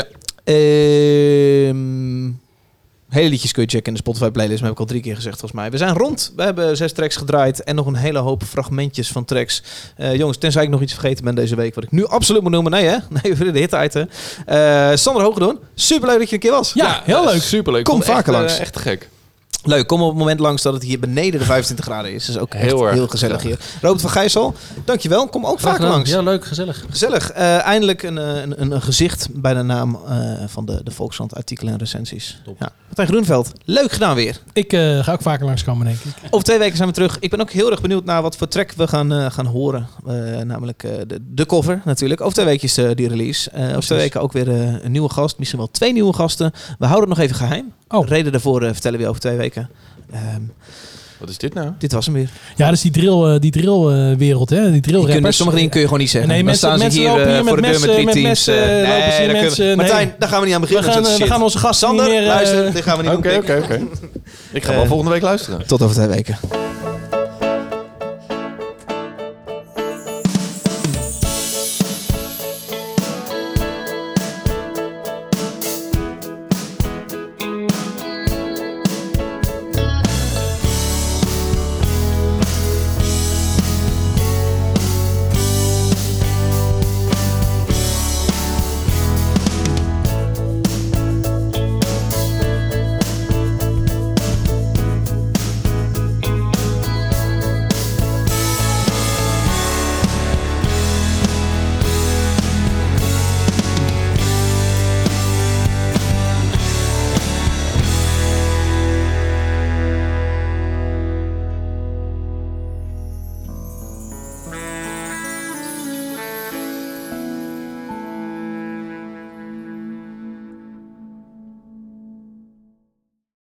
Hele liedjes kun je checken in de Spotify playlist, maar heb ik al 3 keer gezegd volgens mij. We zijn rond. We hebben 6 tracks gedraaid en nog een hele hoop fragmentjes van tracks. Jongens, tenzij ik nog iets vergeten ben deze week, wat ik nu absoluut moet noemen. Nee, hè? Nee, we willen de hit-item. Sander Hogedoorn, superleuk dat je een keer was. Ja, heel leuk. Superleuk. Kom vaker langs. Echt gek. Leuk, kom op het moment langs dat het hier beneden de 25 graden is. Dat is ook heel gezellig hier. Robert van Gijssel, dankjewel. Kom ook vaker langs. Ja, leuk, gezellig. Gezellig. Eindelijk een gezicht bij de naam van de Volkskrant artikelen en recensies. Ja. Martijn Groeneveld, leuk gedaan weer. Ik ga ook vaker langskomen, denk ik. Over 2 weken zijn we terug. Ik ben ook heel erg benieuwd naar wat voor track we gaan horen. Namelijk de cover natuurlijk. Over 2 weken is die release. Over 2 weken ook weer een nieuwe gast. Misschien wel 2 nieuwe gasten. We houden het nog even geheim. De reden daarvoor vertellen we over 2 weken. Wat is dit nou? Dit was hem weer. Ja, dat is die drillwereld, hè? Die drillrappers. Sommige dingen kun je gewoon niet zeggen. Nee, mensen lopen hier voor de deur met 3 teams. Martijn, daar gaan we niet aan beginnen. Dan gaan onze gasten Sander, niet meer... luister, dit gaan we niet doen. Oké. Ik ga wel volgende week luisteren. Tot over 2 weken.